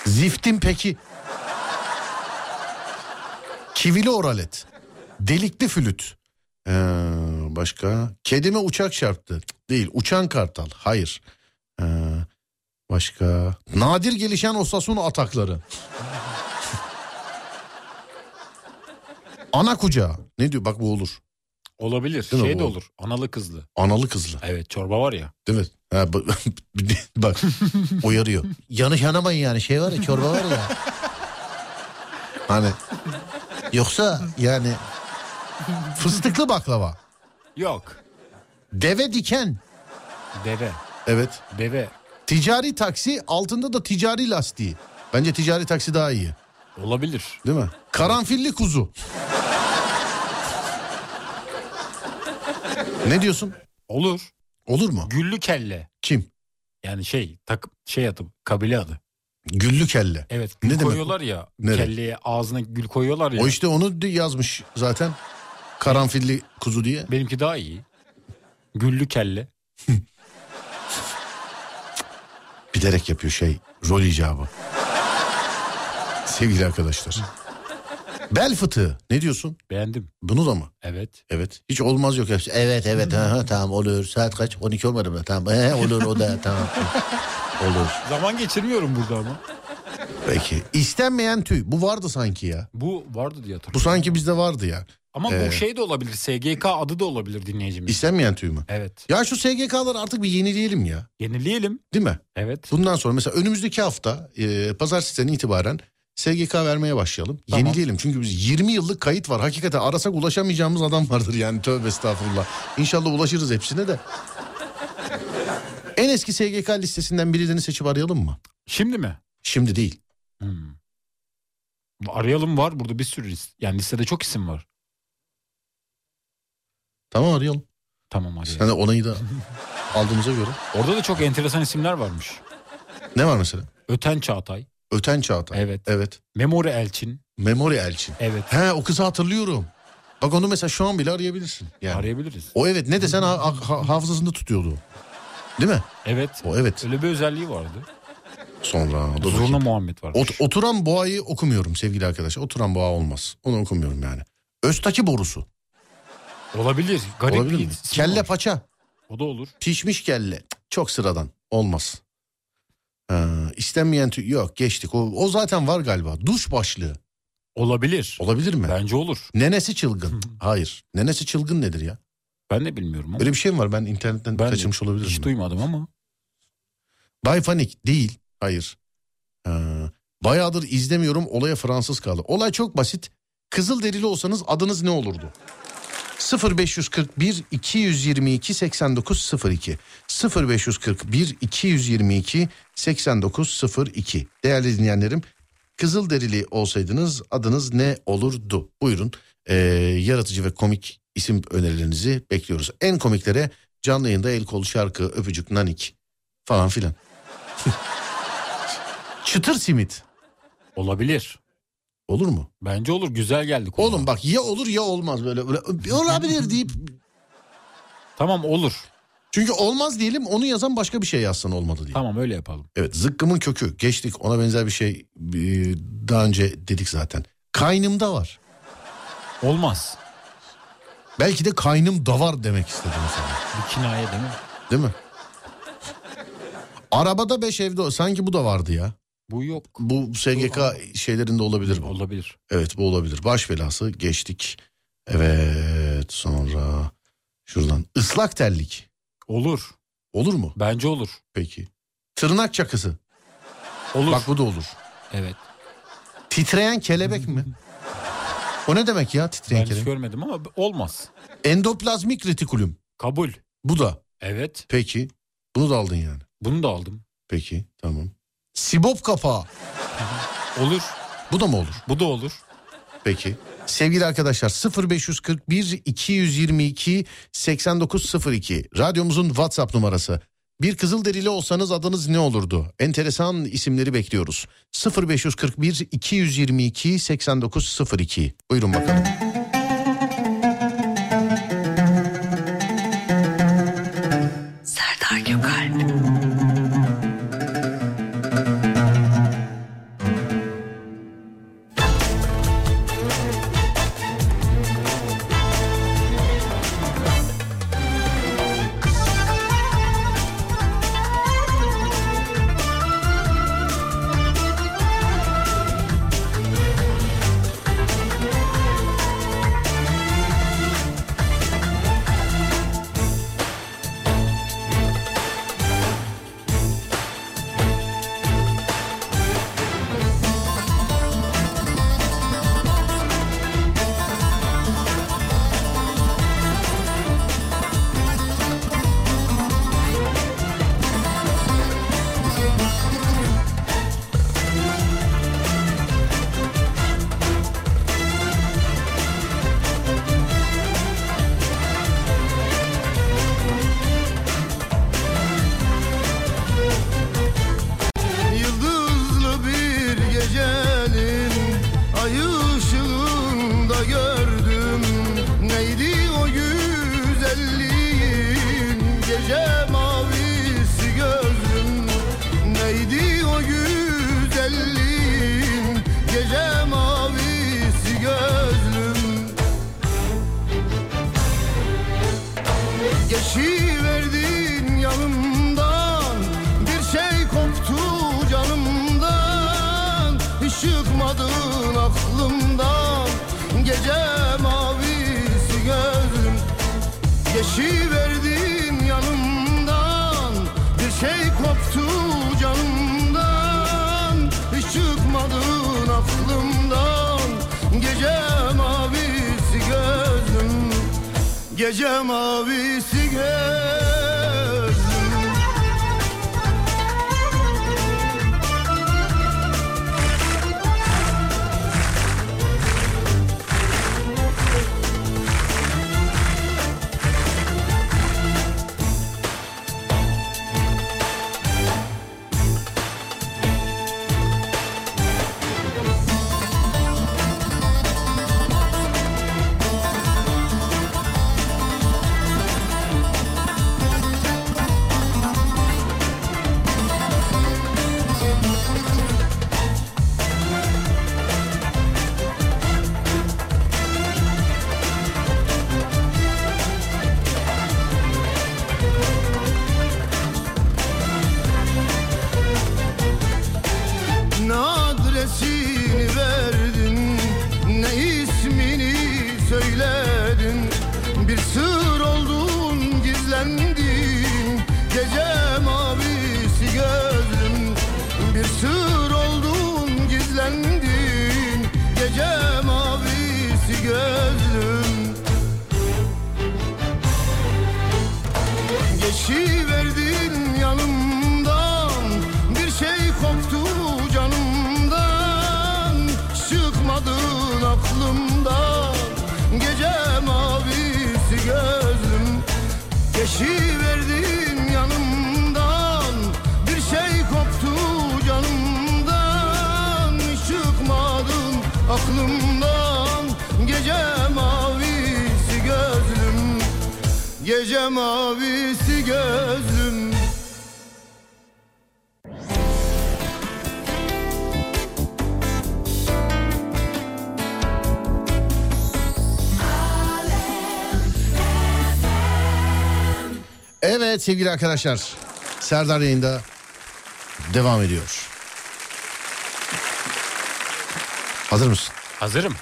Ziftin peki. Kivili oralet. Delikli flüt. Başka. Kedime uçak çarptı. Değil. Uçan kartal. Hayır. Başka. Nadir gelişen Osasuna atakları. Ana kucağı. Ne diyor? Bak bu olur. Olabilir. Değil mi Şey bu? de olur. Analı kızlı. Analı kızlı. Evet, çorba var ya. Değil mi? Bak uyarıyor. Yanlış anlamayın yani, şey var ya, çorba var ya. Hani yoksa yani fıstıklı baklava. Yok. Deve diken. Deve. Evet. Deve. Ticari taksi, altında da ticari lastiği. Bence ticari taksi daha iyi. Olabilir. Değil mi? Karanfilli kuzu. Ne diyorsun? Olur. Olur mu? Güllü kelle. Kim? Yani şey adı, kabile adı. Güllü kelle. Evet. Ne Gül demek koyuyorlar ya. Nereye? Kelleye ağzına gül koyuyorlar ya. O işte onu yazmış zaten. Karanfilli kuzu diye. Benimki daha iyi. Güllü kelle. Bilerek yapıyor rol icabı. Sevgili arkadaşlar. Bel fıtığı. Ne diyorsun? Beğendim. Bunu da mı? Evet. Evet. Hiç olmaz yok hepsi. Evet tamam olur. Saat kaç? 12 olmadı mı? Tamam. Olur o da tamam. Olur. Zaman geçirmiyorum burada ama. Peki. İstenmeyen tüy. Bu vardı sanki ya. Bu vardı diye Bu hatırlıyorum. sanki bizde vardı ya. Ama bu şey de olabilir. SGK adı da olabilir dinleyicimiz. İstenmeyen tüy mü? Evet. Ya şu SGK'ları artık bir yenileyelim ya. Yenileyelim. Değil mi? Evet. Bundan sonra mesela önümüzdeki hafta pazartesiden itibaren SGK vermeye başlayalım. Tamam. Yenileyelim çünkü biz 20 yıllık kayıt var. Hakikaten arasak ulaşamayacağımız adam vardır yani, tövbe estağfurullah. İnşallah ulaşırız hepsine de. En eski SGK listesinden birini seçip arayalım mı? Şimdi mi? Şimdi değil. Arayalım, var burada bir sürü yani listede çok isim var. Tamam arayalım. Tamam arayalım. Sen de onayı da aldığımıza göre. Orada da çok enteresan isimler varmış. Ne var mesela? Öten Çağatay. Öten Çağatay. Evet. Evet. Memori Elçin. Memori Elçin. Evet. He, o kızı hatırlıyorum. Bak onu mesela şu an bile arayabilirsin. Yani. Arayabiliriz. O evet, ne desen hafızasında tutuyordu. Değil mi? Evet. O evet. Öyle bir özelliği vardı. Sonra Zurna Muhammed varmış. Oturan boğayı okumuyorum sevgili arkadaşlar. Oturan boğa olmaz. Onu okumuyorum yani. Öztaki borusu. Olabilir. Garip Olabilir bir mi? isim Kelle var. paça. O da olur. Pişmiş kelle. Çok sıradan. Olmaz. İstenmeyen yok, geçtik. O zaten var galiba. Duş başlığı. Olabilir. Olabilir mi? Bence olur. Nenesi çılgın. Hayır. Nenesi çılgın nedir ya? Ben de bilmiyorum ama. Öyle bir şey mi var? Ben internetten kaçırmış olabilirim. Hiç duymadım ama. Bayfanik değil. Hayır. Bayağıdır izlemiyorum. Olaya Fransız kaldı. Olay çok basit. Kızılderili olsanız adınız ne olurdu? 0541 222 8902 0541 222 8902. Değerli dinleyenlerim, Kızılderili olsaydınız adınız ne olurdu? Buyurun, yaratıcı ve komik isim önerilerinizi bekliyoruz. En komiklere canlı yayında el kol şarkı, öpücük, nanik falan filan. Çıtır simit. Olabilir. Olur mu? Bence olur. Güzel geldi kulağa. Oğlum bak, ya olur ya olmaz, böyle olabilir deyip. Tamam olur. Çünkü olmaz diyelim, onu yazan başka bir şey yazsın olmadı diye. Tamam öyle yapalım. Evet, zıkkımın kökü geçtik, ona benzer bir şey daha önce dedik zaten. Kaynımda var. Olmaz. Belki de kaynım da var demek istedi mesela. Bir kinaye değil mi? Değil mi? Arabada 5 evde sanki bu da vardı ya. Bu yok. Bu SGK şeylerinde olabilir bu. Olabilir. Evet, bu olabilir. Baş belası geçtik. Evet, sonra şuradan ıslak terlik. Olur. Olur mu? Bence olur. Peki. Tırnak çakısı. Olur. Bak bu da olur. Evet. Titreyen kelebek mi? O ne demek ya, titreyen Ben hiç kelebek? görmedim ama olmaz. Endoplazmik retikulum. Kabul. Bu da. Evet. Peki. Bunu da aldın yani. Bunu da aldım. Peki, tamam. Sibop kapağı. Olur. Bu da mı olur? Bu da olur. Peki. Sevgili arkadaşlar, 0541 222 8902 radyomuzun WhatsApp numarası. Bir Kızılderili olsanız adınız ne olurdu? Enteresan isimleri bekliyoruz. 0541 222 8902. Buyurun bakalım. Serdar Gökalp. Geçiverdin yanımdan, bir şey koptu canımdan. Hiç çıkmadın aklımdan, gece mavisi gözüm. Geçiverdin yanımdan, bir şey koptu canımdan. Hiç çıkmadın aklımdan, gece mavisi gözüm. Gece mavisi gözüm. Ne adresini verdin, ne ismini söyledin. Bir sır oldun, gizlendin, gece mavisi gözlüm. Bir sır oldun, gizlendin, gece mavisi gözlüm. Geçiverdin yanımdan, bir şey koptu canımdan. Çıkmadın aklımdan, gece mavisi gözlüm. Geçiverdin yanımdan, bir şey koptu canımdan. Çıkmadın aklımdan, gece mavisi gözlüm. Gece mavisi gözlüm. Evet sevgili arkadaşlar, Serdar yayında devam ediyor. Hazır mısın? Hazırım.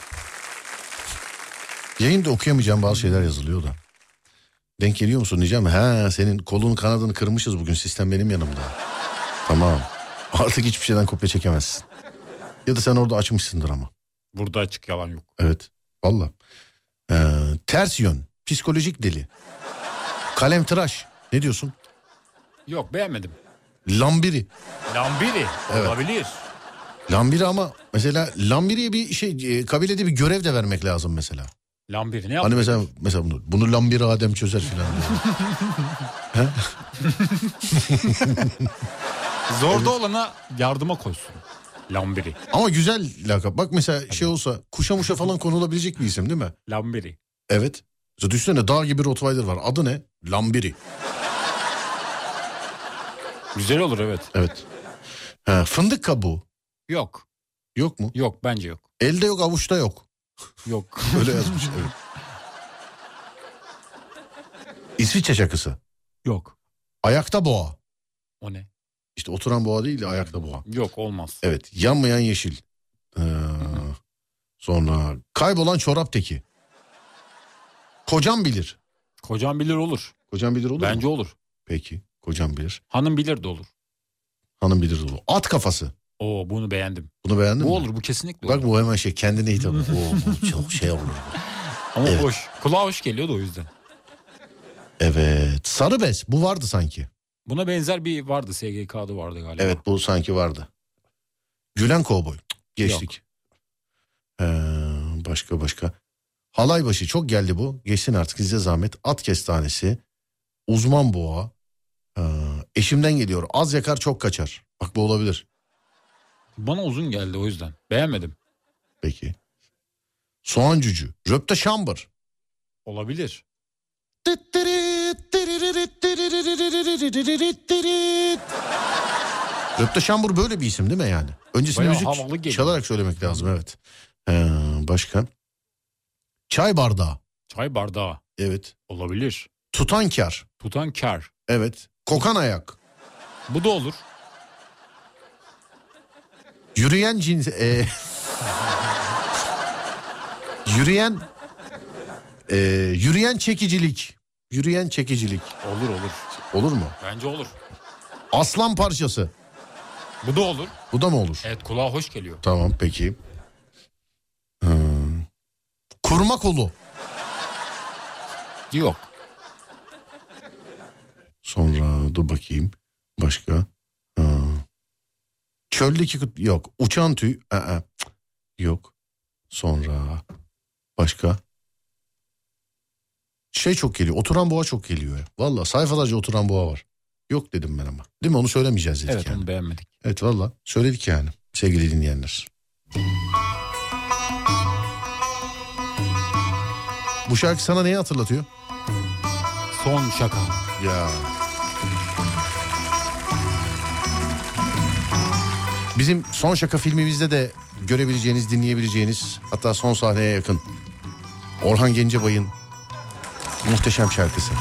Yayında okuyamayacağım bazı şeyler yazılıyor da. Denk geliyor musun diyeceğim. He, senin kolun kanadını kırmışız bugün, sistem benim yanımda. Tamam. Artık hiçbir şeyden kopya çekemezsin. Ya da sen orada açmışsındır ama. Burada açık, yalan yok. Evet. Valla. Ters yön. Psikolojik deli. Kalem tıraş. Ne diyorsun? Yok, beğenmedim. Lambiri. Lambiri. Evet. Olabilir. Lambiri ama mesela Lambiri'ye bir şey, kabilede bir görev de vermek lazım mesela. Lambiri ne Hani yapıyor? mesela bunu Lambiri Adem çözer filan. Zorda olana yardıma koysun. Lambiri. Ama güzel lakap. Bak mesela şey olsa, kuşa muşa falan konulabilecek bir isim değil mi? Lambiri. Evet. Mesela düşünsene, dağ gibi Rottweiler var. Adı ne? Lambiri. Güzel olur, evet. Evet. Fındık kabuğu. Yok. Yok mu? Yok, bence yok. Elde yok, avuçta yok. Yok. Öyle yazmış. Evet. İsviçre çakısı. Yok. Ayakta boğa. O ne? İşte oturan boğa değil de ayakta boğa. Yok, olmaz. Evet. Yanmayan yeşil. Sonra kaybolan çorap teki. Kocam bilir. Kocam bilir olur. Kocam bilir olur Bence mu? olur. Peki. Kocam bilir. Hanım bilir de olur. Hanım bilir olur. At kafası. Oo, bunu beğendim. Bunu beğendin mi? Bu olur, bu kesinlikle Bak olur. bu hemen şey, kendine hitap. Bu çok şey olur. Ama Evet. hoş. Kulağa hoş geliyor da o yüzden. Evet. Sarı bez. Bu vardı sanki. Buna benzer bir vardı. SGK'da vardı galiba. Evet, bu sanki vardı. Gülen kovboy. Geçtik. Başka. Halaybaşı çok geldi bu. Geçsin artık, size zahmet. At kestanesi. Uzman boğa. Eşimden geliyor. Az yakar çok kaçar. Bak bu olabilir. Bana uzun geldi o yüzden. Beğenmedim. Peki. Soğan cücü. Röpte şambır. Olabilir. Röpte şambur böyle bir isim değil mi yani? Öncesinde Bayağı müzik havalı geliyor. çalarak söylemek lazım, evet. Başka. Çay bardağı. Çay bardağı. Evet. Olabilir. Tutankar. Tutankar. Evet. Kokan ayak. Bu da olur. Yürüyen cins... Yürüyen çekicilik. Yürüyen çekicilik. Olur. Olur mu? Bence olur. Aslan parçası. Bu da olur. Bu da mı olur? Evet, kulağa hoş geliyor. Tamam peki. Kurma kolu. Yok. Sonra dur bakayım. Başka. Çöldeki yok. Uçan tüy. Yok. Sonra başka. Şey çok geliyor. Oturan boğa çok geliyor. Valla sayfalarca oturan boğa var. Yok dedim ben ama. Değil mi? Onu söylemeyeceğiz dedik evet, yani. onu beğenmedik. Evet valla söyledik yani sevgili dinleyenler. Bu şarkı sana neyi hatırlatıyor? Son şaka. Ya. Bizim Son Şaka filmimizde de görebileceğiniz, dinleyebileceğiniz, hatta son sahneye yakın Orhan Gencebay'ın muhteşem şarkısı.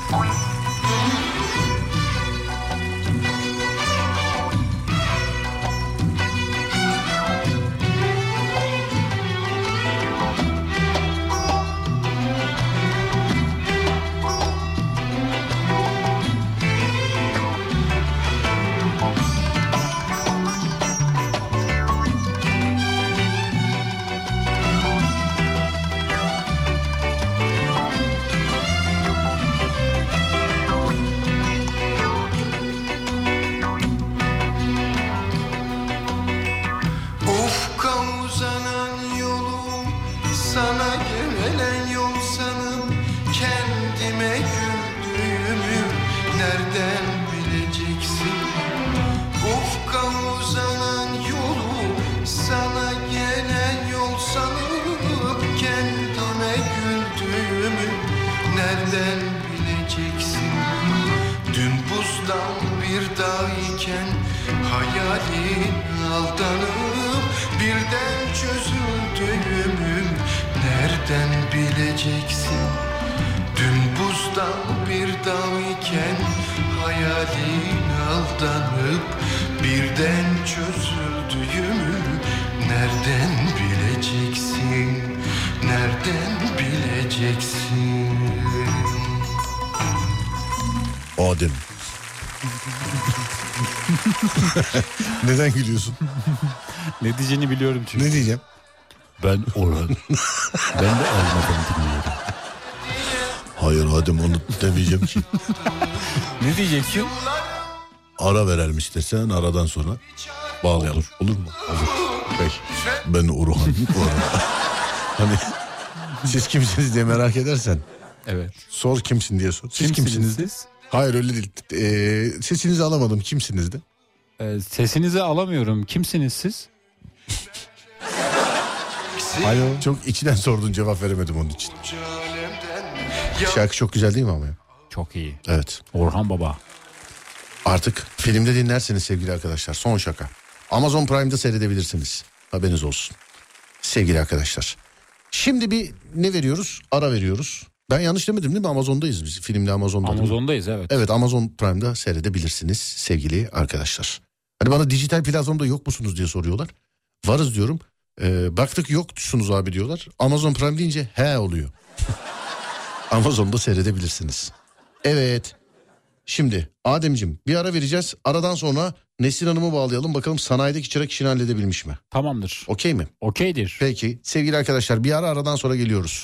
Adem. Neden gülüyorsun? Ne diyeceğini biliyorum çünkü. Ne diyeceğim? Ben Orhan. Ben de Erman'dan dinliyorum. Hayır Adem, onu demeyeceğim ki. Ne diyeceksin? Ara verelim istersen, aradan sonra bağlayalım. Olur mu? Olur. Peki. Ben Orhan. Hani siz kimsiniz diye merak edersen. Evet. Sor kimsin diye sor. Siz kimsiniz? Siz? Hayır öyle değil. Sesinizi alamadım. Kimsiniz de? Sesinizi alamıyorum. Kimsiniz siz? Alo. Çok içten sordun, cevap veremedim onun için. Şarkı çok güzel değil mi ama? Çok iyi. Evet. Orhan Baba. Artık filmde dinlerseniz sevgili arkadaşlar, Son Şaka. Amazon Prime'da seyredebilirsiniz. Haberiniz olsun. Sevgili arkadaşlar. Şimdi bir ne veriyoruz? Ara veriyoruz. Ben yanlış demedim değil mi? Amazon'dayız biz. Filmde Amazon'da. Amazon'dayız evet. Evet, Amazon Prime'da seyredebilirsiniz sevgili arkadaşlar. Hani bana dijital platformda yok musunuz diye soruyorlar. Varız diyorum. Baktık yoksunuz abi diyorlar. Amazon Prime deyince he oluyor. Amazon'da seyredebilirsiniz. Evet. Şimdi Ademciğim bir ara vereceğiz. Aradan sonra Nesrin Hanım'ı bağlayalım. Bakalım sanayideki çırak işini halledebilmiş mi? Tamamdır. Okey mi? Okeydir. Peki sevgili arkadaşlar, bir aradan sonra geliyoruz.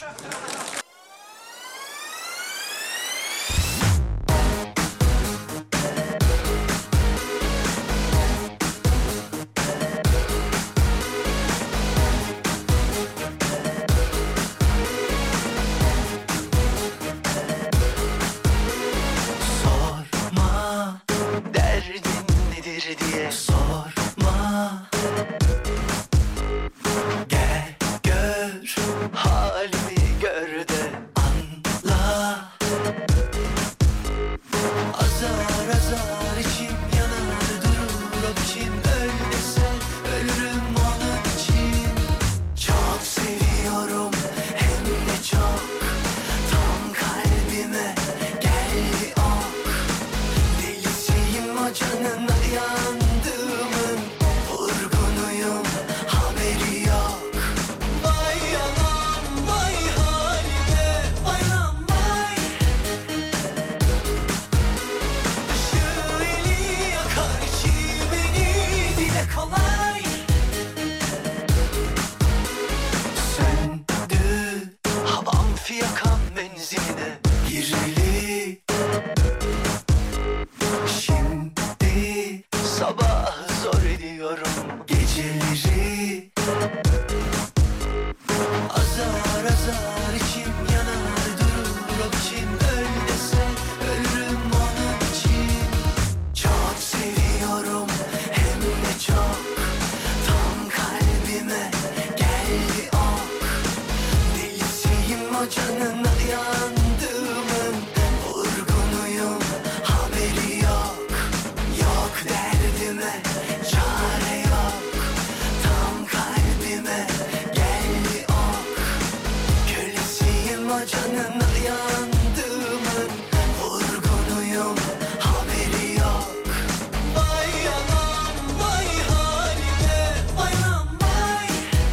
yandığımın vurgunuyum. Haberi yok, yok derdime çare yok. Tam kalbime geldi ok. Kölesiyim o canına yandığımın vurgunuyum. Haberi yok. Vay anam vay halime, vay anam vay.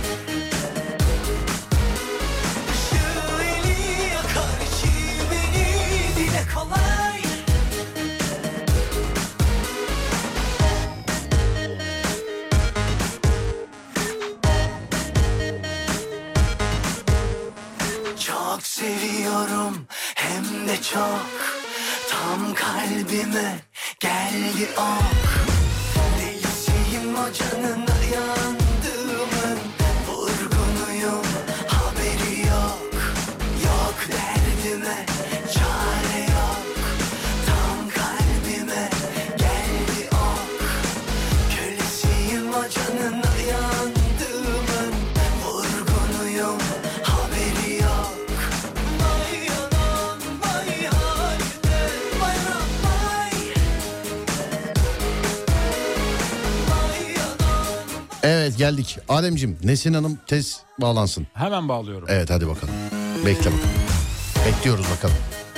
Şu eli yakar çimeni, dile kolay. Çok seviyorum hem de çok. Tam kalbime geldi ok. Delisiyim o canına yandığımın vurgunuyum. Haberi yok, yok derdime çare yok. Tam kalbime geldi ok. Kölesiyim o canına yandığımın vurgunuyum. Haberi yok. Vay anam vay halime, vay anam vay. Vay anam. Evet geldik. Ademciğim Nesin Hanım tez bağlansın. Hemen bağlıyorum. Evet hadi bakalım. Bekle bakalım. Bekliyoruz bakalım.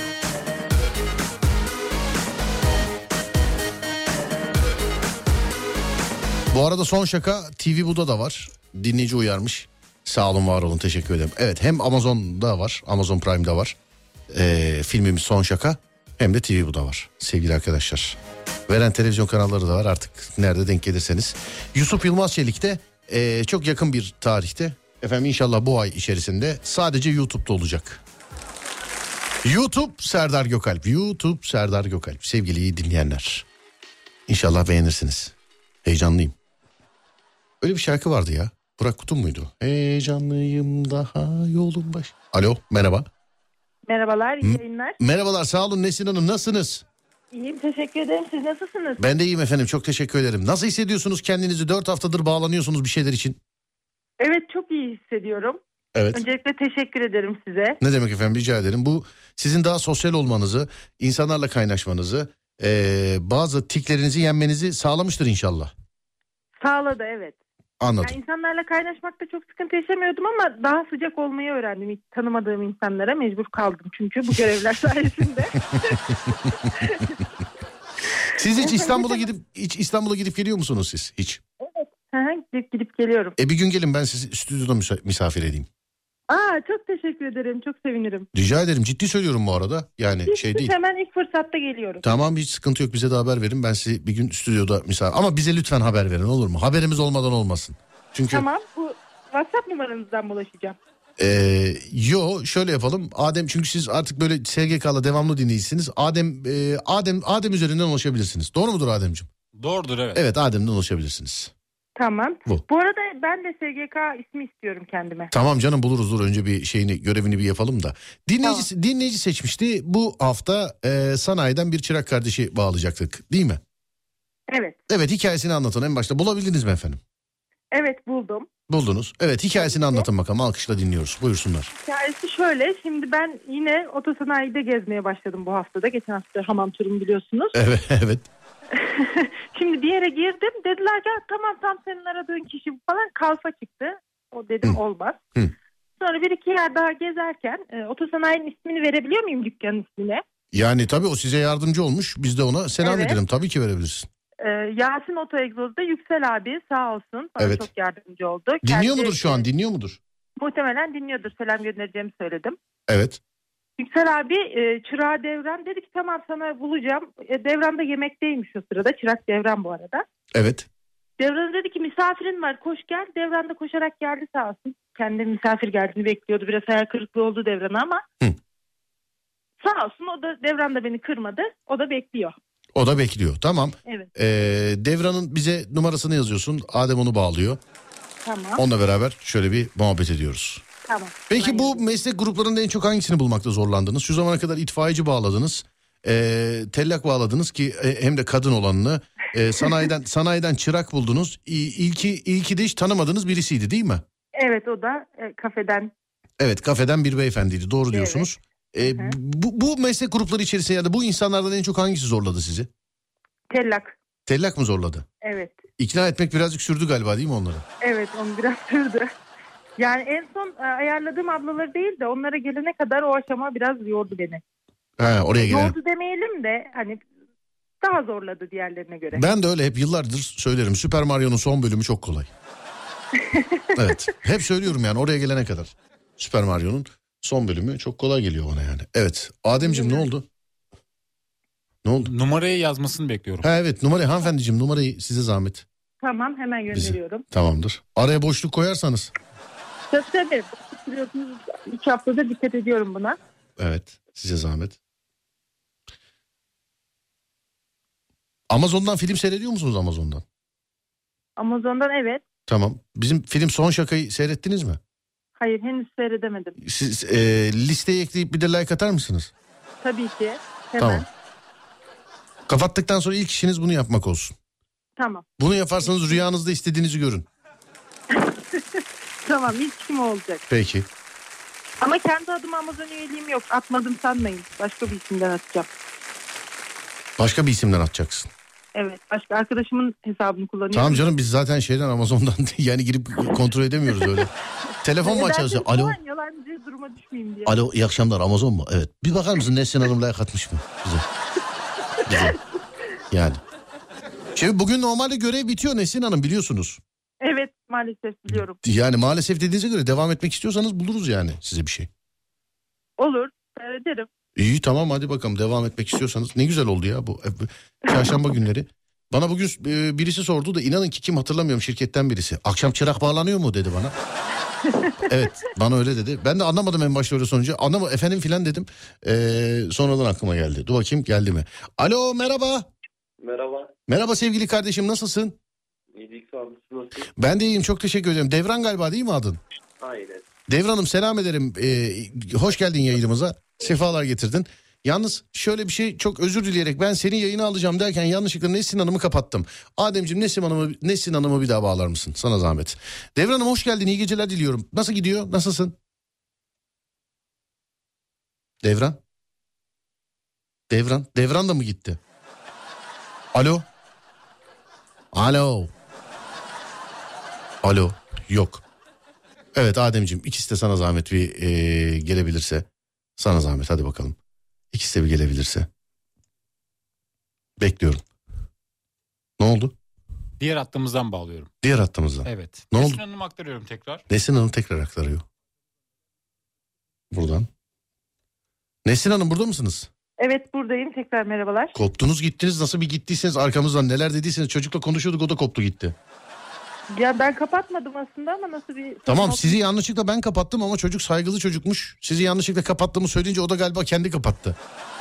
Bu arada son şaka TV Bu'da da var. Dinleyici uyarmış. Sağ olun var olun teşekkür ederim. Evet hem Amazon'da var. Amazon Prime'da var. Filmimiz Son Şaka. Hem de TV Bu'da var sevgili arkadaşlar. Veren televizyon kanalları da var artık nerede denk gelirseniz. Yusuf Yılmaz Çelik de çok yakın bir tarihte efendim inşallah bu ay içerisinde sadece YouTube'da olacak. YouTube Serdar Gökalp. YouTube Serdar Gökalp. Sevgili iyi dinleyenler. İnşallah beğenirsiniz. Heyecanlıyım. Öyle bir şarkı vardı ya. Burak Kutun muydu? Heyecanlıyım daha yolun baş. Alo merhaba. Merhabalar, iyi yayınlar. Merhabalar sağ olun Nesin Hanım nasılsınız? İyiyim, teşekkür ederim. Siz nasılsınız? Ben de iyiyim efendim çok teşekkür ederim. Nasıl hissediyorsunuz kendinizi? 4 haftadır bağlanıyorsunuz bir şeyler için. Evet, çok iyi hissediyorum. Evet. Öncelikle teşekkür ederim size. Ne demek efendim rica ederim. Bu sizin daha sosyal olmanızı, insanlarla kaynaşmanızı, bazı tiklerinizi yenmenizi sağlamıştır inşallah. Sağladı, evet. Anladım. Yani insanlarla kaynaşmakta çok sıkıntı yaşamıyordum ama daha sıcak olmayı öğrendim. Hiç tanımadığım insanlara mecbur kaldım çünkü bu görevler sayesinde. Siz hiç İstanbul'a gidip geliyor musunuz siz hiç? Evet. Gidip geliyorum. Bir gün gelin ben sizi stüdyoda misafir edeyim. Çok teşekkür ederim. Çok sevinirim. Rica ederim ciddi söylüyorum bu arada. Yani şey değil. Hemen ilk fırsatta geliyorum. Tamam hiç sıkıntı yok bize de haber verin. Ben sizi bir gün stüdyoda misafir... Ama bize lütfen haber verin olur mu? Haberimiz olmadan olmasın. Çünkü... Tamam bu WhatsApp numaranızdan bulaşacağım. Şöyle yapalım. Adem çünkü siz artık böyle SGK'la devamlı dinleyicisiniz. Adem üzerinden ulaşabilirsiniz. Doğru mudur Ademciğim? Doğrudur evet. Evet Adem'den ulaşabilirsiniz. Tamam. Bu arada ben de SGK ismi istiyorum kendime. Tamam canım buluruz dur önce bir görevini bir yapalım da. Dinleyici seçmişti. Bu hafta sanayiden bir çırak kardeşi bağlayacaktık değil mi? Evet. Evet hikayesini anlatın en başta. Bulabildiniz mi efendim? Evet buldum. Buldunuz. Evet hikayesini anlatın bakalım alkışla dinliyoruz. Buyursunlar. Hikayesi şöyle. Şimdi ben yine otosanayide gezmeye başladım bu haftada. Geçen hafta hamam turumu biliyorsunuz. Evet. Şimdi bir yere girdim. Dediler ki tamam tam senin aradığın kişi falan kalfa çıktı. O dedim olmaz. Sonra bir iki yer daha gezerken otosanayinin ismini verebiliyor muyum dükkanın ismine? Yani tabii o size yardımcı olmuş. Biz de ona selam edelim. Tabii ki verebilirsin. Yasin Oto Egzoz'da Yüksel abi sağ olsun. Bana çok yardımcı oldu. Dinliyor mudur şu an? Dinliyor mudur? Muhtemelen dinliyordur. Selam göndereceğimi söyledim. Evet. Yüksel abi çırağı Devran dedi ki tamam sana bulacağım. Devran da yemekteymiş o sırada. Çırak Devran bu arada. Evet. Devran dedi ki misafirin var koş gel. Devran da koşarak geldi sağ olsun. Kendi misafir geldiğini bekliyordu. Biraz hayal kırıklığı oldu Devran'a ama. Sağ olsun o da Devran da beni kırmadı. O da bekliyor. O da bekliyor. Tamam. Evet. Devran'ın bize numarasını yazıyorsun. Adem onu bağlıyor. Tamam. Onunla beraber şöyle bir muhabbet ediyoruz. Tamam. Peki bu meslek gruplarında en çok hangisini bulmakta zorlandınız? Şu zamana kadar itfaiyeci bağladınız. Tellak bağladınız ki hem de kadın olanını. Sanayiden çırak buldunuz. İlki de hiç tanımadığınız birisiydi değil mi? Evet o da kafeden. Evet kafeden bir beyefendiydi. Doğru diyorsunuz. Bu meslek grupları içerisinde ya da bu insanlardan en çok hangisi zorladı sizi? Tellak. Tellak mı zorladı? Evet. İkna etmek birazcık sürdü galiba değil mi onları? Evet, onu biraz sürdü. Yani en son ayarladığım ablaları değil de onlara gelene kadar o aşama biraz yordu beni. Oraya gelen. Yordu demeyelim de hani daha zorladı diğerlerine göre. Ben de öyle hep yıllardır söylerim. Süper Mario'nun son bölümü çok kolay. Evet. Hep söylüyorum yani oraya gelene kadar. Süper Mario'nun son bölümü çok kolay geliyor bana yani. Evet. Ademciğim ne oldu? Ne oldu? Numarayı yazmasını bekliyorum. Evet numarayı hanımefendiciğim numarayı size zahmet. Tamam hemen gönderiyorum. Bize. Tamamdır. Araya boşluk koyarsanız. Tabii. Biliyorsunuz 2 haftada dikkat ediyorum buna. Evet size zahmet. Amazon'dan film seyrediyor musunuz Amazon'dan? Amazon'dan evet. Tamam. Bizim film Son Şaka'yı seyrettiniz mi? Hayır henüz seyredemedim. Siz listeye ekleyip bir de like atar mısınız? Tabii ki. Hemen. Tamam. Kapattıktan sonra ilk işiniz bunu yapmak olsun. Tamam. Bunu yaparsanız rüyanızda istediğinizi görün. Tamam ilk kim olacak? Peki. Ama kendi adıma Amazon üyeliğim yok. Atmadım sanmayın. Başka bir isimden atacağım. Başka bir isimden atacaksın. Evet. Başka arkadaşımın hesabını kullanıyorum. Tamam canım biz zaten Amazon'dan yani girip kontrol edemiyoruz öyle. Telefon mu açarsa? Alo. Yalancı duruma düşmeyeyim diye. Alo iyi akşamlar Amazon mu? Evet. Bir bakar mısın Nesrin Hanım like atmış mı? Bize. Yani. Şimdi bugün normalde görev bitiyor Nesrin Hanım biliyorsunuz. Evet maalesef biliyorum. Yani maalesef dediğinize göre devam etmek istiyorsanız buluruz yani size bir şey. Olur. Ederim. İyi tamam hadi bakalım devam etmek istiyorsanız. Ne güzel oldu ya bu çarşamba günleri. Bana bugün birisi sordu da inanın ki kim hatırlamıyorum şirketten birisi. Akşam çırak bağlanıyor mu dedi bana. Evet bana öyle dedi. Ben de anlamadım en başta öyle sonucu. Efendim filan dedim. Sonradan aklıma geldi. Dur bakayım geldi mi? Alo merhaba. Merhaba. Merhaba sevgili kardeşim nasılsın? İyilik sağ olun. Nasılsın? Ben de iyiyim çok teşekkür ederim. Devran galiba değil mi adın? Aynen. Devran'ım selam ederim. Hoş geldin yayınımıza. Sefalar getirdin. Yalnız şöyle bir şey çok özür dileyerek ben senin yayını alacağım derken yanlışlıkla Nesrin Hanım'ı kapattım. Ademciğim Nesrin Hanım'ı bir daha bağlar mısın? Sana zahmet. Devran'ım hoş geldin iyi geceler diliyorum. Nasıl gidiyor? Nasılsın? Devran? Devran da mı gitti? Alo? Alo? Yok. Evet Ademciğim ikisi de sana zahmet bir gelebilirse. Sana zahmet hadi bakalım. İkisi de bir gelebilirse. Bekliyorum. Ne oldu? Diğer hattımızdan bağlıyorum. Diğer hattımızdan. Evet. Ne Nesrin oldu? Hanım'ı aktarıyorum tekrar. Nesrin Hanım tekrar aktarıyor. Buradan. Nesrin Hanım burada mısınız? Evet buradayım tekrar merhabalar. Koptunuz gittiniz nasıl bir gittiyseniz arkamızdan neler dediyseniz çocukla konuşuyorduk o da koptu gitti. Ya ben kapatmadım aslında ama nasıl bir... Tamam sizi yanlışlıkla ben kapattım ama çocuk saygılı çocukmuş. Sizi yanlışlıkla kapattığımı söyleyince o da galiba kendi kapattı.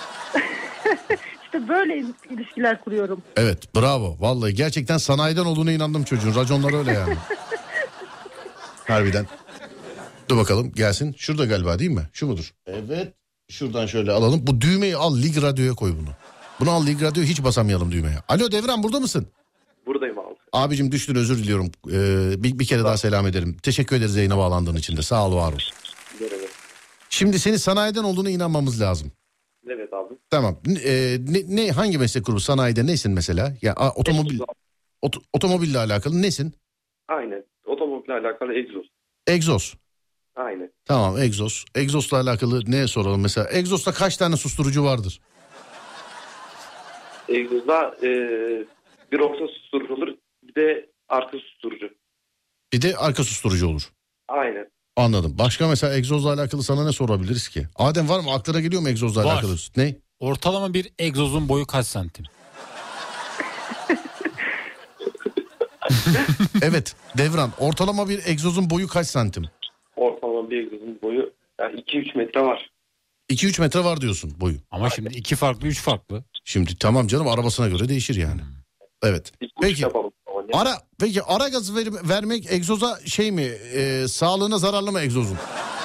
İşte böyle ilişkiler kuruyorum. Evet bravo vallahi gerçekten sanayiden olduğuna inandım çocuğun raconları öyle yani. Harbiden. Dur bakalım gelsin şurada galiba değil mi? Şu mudur? Evet şuradan şöyle alalım. Bu düğmeyi al Lig Radyo'ya koy bunu. Bunu al Lig Radyo'ya hiç basamayalım düğmeye. Alo Devran burada mısın? Buradayım abi. Abicim düştün özür diliyorum. Bir kere daha selam ederim. Teşekkür ederiz yayına bağlandığın için de. Sağ ol var ol. Evet. Şimdi seni sanayiden olduğuna inanmamız lazım. Evet abi. Tamam. Hangi meslek grubu sanayide nesin mesela? Ya otomobille alakalı nesin? Aynen. Otomobille alakalı egzoz. Egzoz. Aynen. Tamam egzoz. Egzozla alakalı ne soralım mesela? Egzozda kaç tane susturucu vardır? Egzozda bir orta susturucu olur. Bir de arka susturucu. Bir de arka susturucu olur. Aynen. Anladım. Başka mesela egzozla alakalı sana ne sorabiliriz ki? Adem var mı? Aklına geliyor mu egzozla Var. alakalı? Ne? Ortalama bir egzozun boyu kaç santim? Evet Devran. Ortalama bir egzozun boyu kaç santim? Ortalama bir egzozun boyu yani 2-3 metre var. 2-3 metre var diyorsun boyu. Ama şimdi 2 farklı 3 farklı. Şimdi tamam canım arabasına göre değişir yani. Evet. Peki ara gaz vermek egzoza şey mi? Sağlığına zararlı mı egzozun?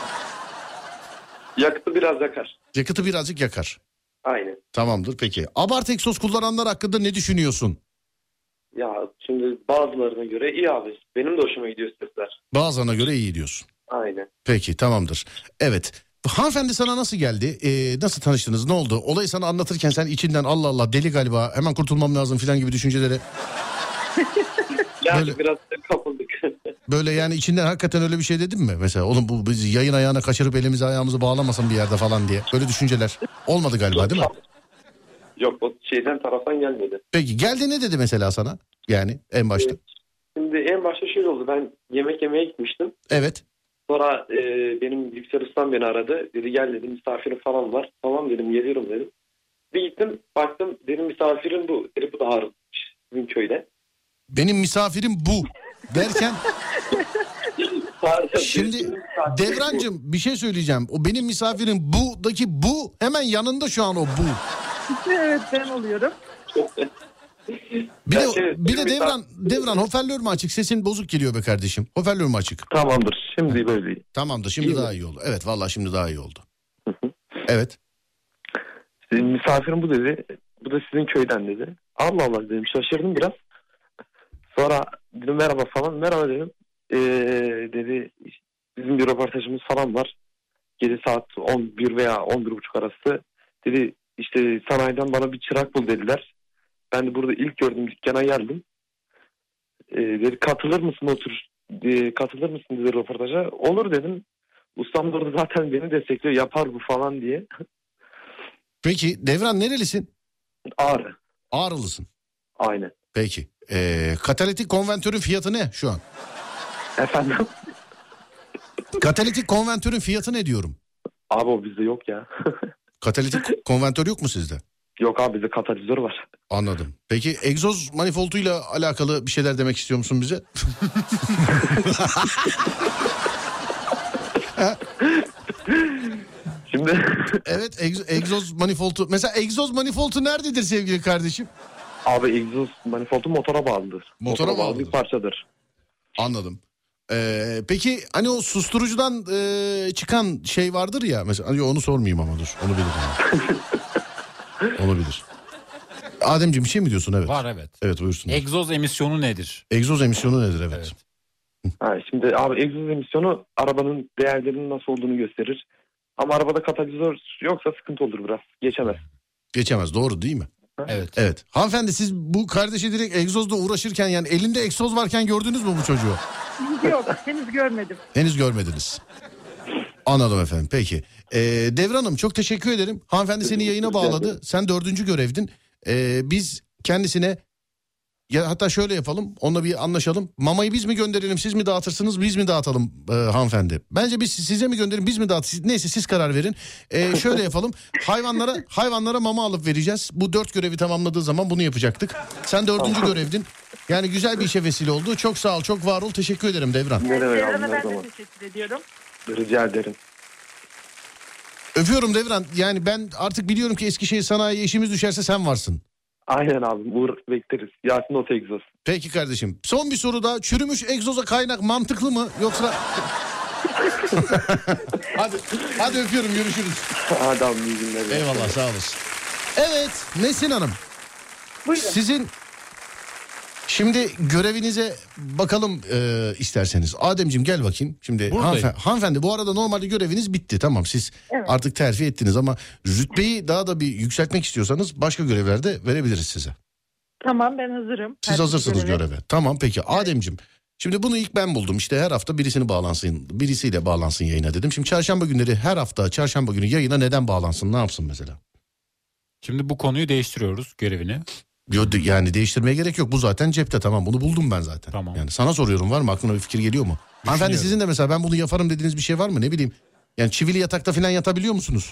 Yakıtı biraz yakar. Yakıtı birazcık yakar. Aynen. Tamamdır peki. Abart egzoz kullananlar hakkında ne düşünüyorsun? Ya şimdi bazılarına göre iyi abi. Benim de hoşuma gidiyor sesler. Bazılarına göre iyi diyorsun. Aynen. Peki tamamdır. Evet. Hanımefendi sana nasıl geldi? Nasıl tanıştınız? Ne oldu? Olayı sana anlatırken sen içinden Allah Allah deli galiba hemen kurtulmam lazım falan gibi düşüncelere... Yani Böyle- biraz kapıldık. Böyle yani içinden hakikaten öyle bir şey dedin mi? Mesela oğlum bu bizi yayın ayağına kaçırıp elimizi ayağımızı bağlamasın bir yerde falan diye. Böyle düşünceler olmadı galiba değil mi? Yok, o şeyden taraftan gelmedi. Peki geldi ne dedi mesela sana? Yani en başta. Şimdi en başta şöyle oldu. Ben yemek yemeye gitmiştim. Evet. Sonra benim yüksel ustam beni aradı. Dedi gel dedi, misafirim falan var. Tamam dedim, geliyorum dedim. Bir gittim baktım, dedim misafirim bu. Dedi bu da Harun'muş bizim köyde. Benim misafirim bu derken şimdi Devrancığım bir şey söyleyeceğim. O benim misafirim bu'daki bu hemen yanında şu an o bu. Evet, ben oluyorum. Bir de Devran hoparlör mü açık? Sesin bozuk geliyor be kardeşim. Hoparlör mü açık? Tamamdır. Şimdi böyle. Tamamdır. Şimdi daha iyi oldu. Evet vallahi şimdi daha iyi oldu. Evet. Sizin misafirim bu dedi. Bu da sizin köyden dedi. Allah Allah dedim, şaşırdım biraz. Sonra dedim merhaba falan. Merhaba dedim. Dedi bizim bir röportajımız falan var. Gece saat 11 veya 11.30 arası. Dedi işte sanayiden bana bir çırak bul dediler. Ben de burada ilk gördüğüm dükkana geldim. Dedi katılır mısın katılır mısın dedi röportaja. Olur dedim. Ustam da orada zaten beni destekliyor, yapar bu falan diye. Peki Devran nerelisin? Ağrı. Ağrılısın. Aynen. Peki. Katalitik konventörün fiyatı ne şu an? Efendim? Katalitik konventörün fiyatı ne diyorum? Abi o bizde yok ya. Katalitik konventör yok mu sizde? Yok abi, bizde katalizör var. Anladım. Peki egzoz manifolduyla alakalı bir şeyler demek istiyor musun bize? Şimdi evet egzoz manifoldu. Mesela egzoz manifoldu nerededir sevgili kardeşim? abi egzoz manifoldu motora bağlıdır. Motora bağlı bağlıdır. bir parçadır. Anladım. Peki hani o susturucudan çıkan şey vardır ya mesela, hani onu sormayayım ama dur onu bilirim. Onu bilir. Ademciğim bir şey mi diyorsun? Evet. Var evet. Evet buyursun. Egzoz emisyonu nedir? Egzoz emisyonu nedir? Evet. Ha, şimdi abi egzoz emisyonu arabanın değerlerinin nasıl olduğunu gösterir. Ama arabada katalizör yoksa sıkıntı olur biraz. Geçemez. Geçemez, doğru değil mi? Evet. Evet. Hanımefendi siz bu kardeşi direkt egzozla uğraşırken yani elinde egzoz varken gördünüz mü bu çocuğu? Yok, henüz görmedim. Henüz görmediniz. Anladım efendim. Peki. Devran'ım çok teşekkür ederim. Hanımefendi seni yayına bağladı. Sen 4. görevdin. Biz kendisine ya hatta şöyle yapalım. Onunla bir anlaşalım. Mamayı biz mi gönderelim, siz mi dağıtırsınız, biz mi dağıtalım hanımefendi? Bence biz size mi gönderelim, biz mi dağıtalım? Neyse siz karar verin. Şöyle yapalım. Hayvanlara mama alıp vereceğiz. Bu 4 görevi tamamladığı zaman bunu yapacaktık. Sen 4. görevdin. Yani güzel bir işe vesile oldu. Çok sağ ol, çok var ol. Teşekkür ederim Devran. Ne demek abi, Devran'a ne ben de zaman. teşekkür ediyorum. Rica ederim. Öpüyorum Devran. Yani ben artık biliyorum ki Eskişehir Sanayi'ye işimiz düşerse sen varsın. Aynen abi, uğur bekleriz. Yasin Oto Egzoz. Peki kardeşim. Son bir soru daha. Çürümüş egzoza kaynak mantıklı mı yoksa... hadi öpüyorum, görüşürüz. Hadi abi, iyi günler. Eyvallah, sağ olasın. Evet Nesin Hanım. Buyurun. Sizin şimdi görevinize bakalım isterseniz. Ademciğim gel bakayım. Şimdi hanımefendi bu arada normalde göreviniz bitti. Tamam siz artık terfi ettiniz ama rütbeyi daha da bir yükseltmek istiyorsanız başka görevlerde verebiliriz size. Tamam, ben hazırım. Siz hazırsınız göreve. Tamam peki Ademciğim. Şimdi bunu ilk ben buldum. İşte her hafta birisiyle bağlansın yayına dedim. Şimdi çarşamba günleri her hafta çarşamba günü yayına neden bağlansın, ne yapsın mesela? Şimdi bu konuyu değiştiriyoruz, görevini. Yani değiştirmeye gerek yok. Bu zaten cepte, tamam, bunu buldum ben zaten. Tamam. Yani sana soruyorum, var mı aklına bir fikir geliyor mu? Hanımefendi sizin de mesela ben bunu yaparım dediğiniz bir şey var mı, ne bileyim? Yani çivili yatakta falan yatabiliyor musunuz?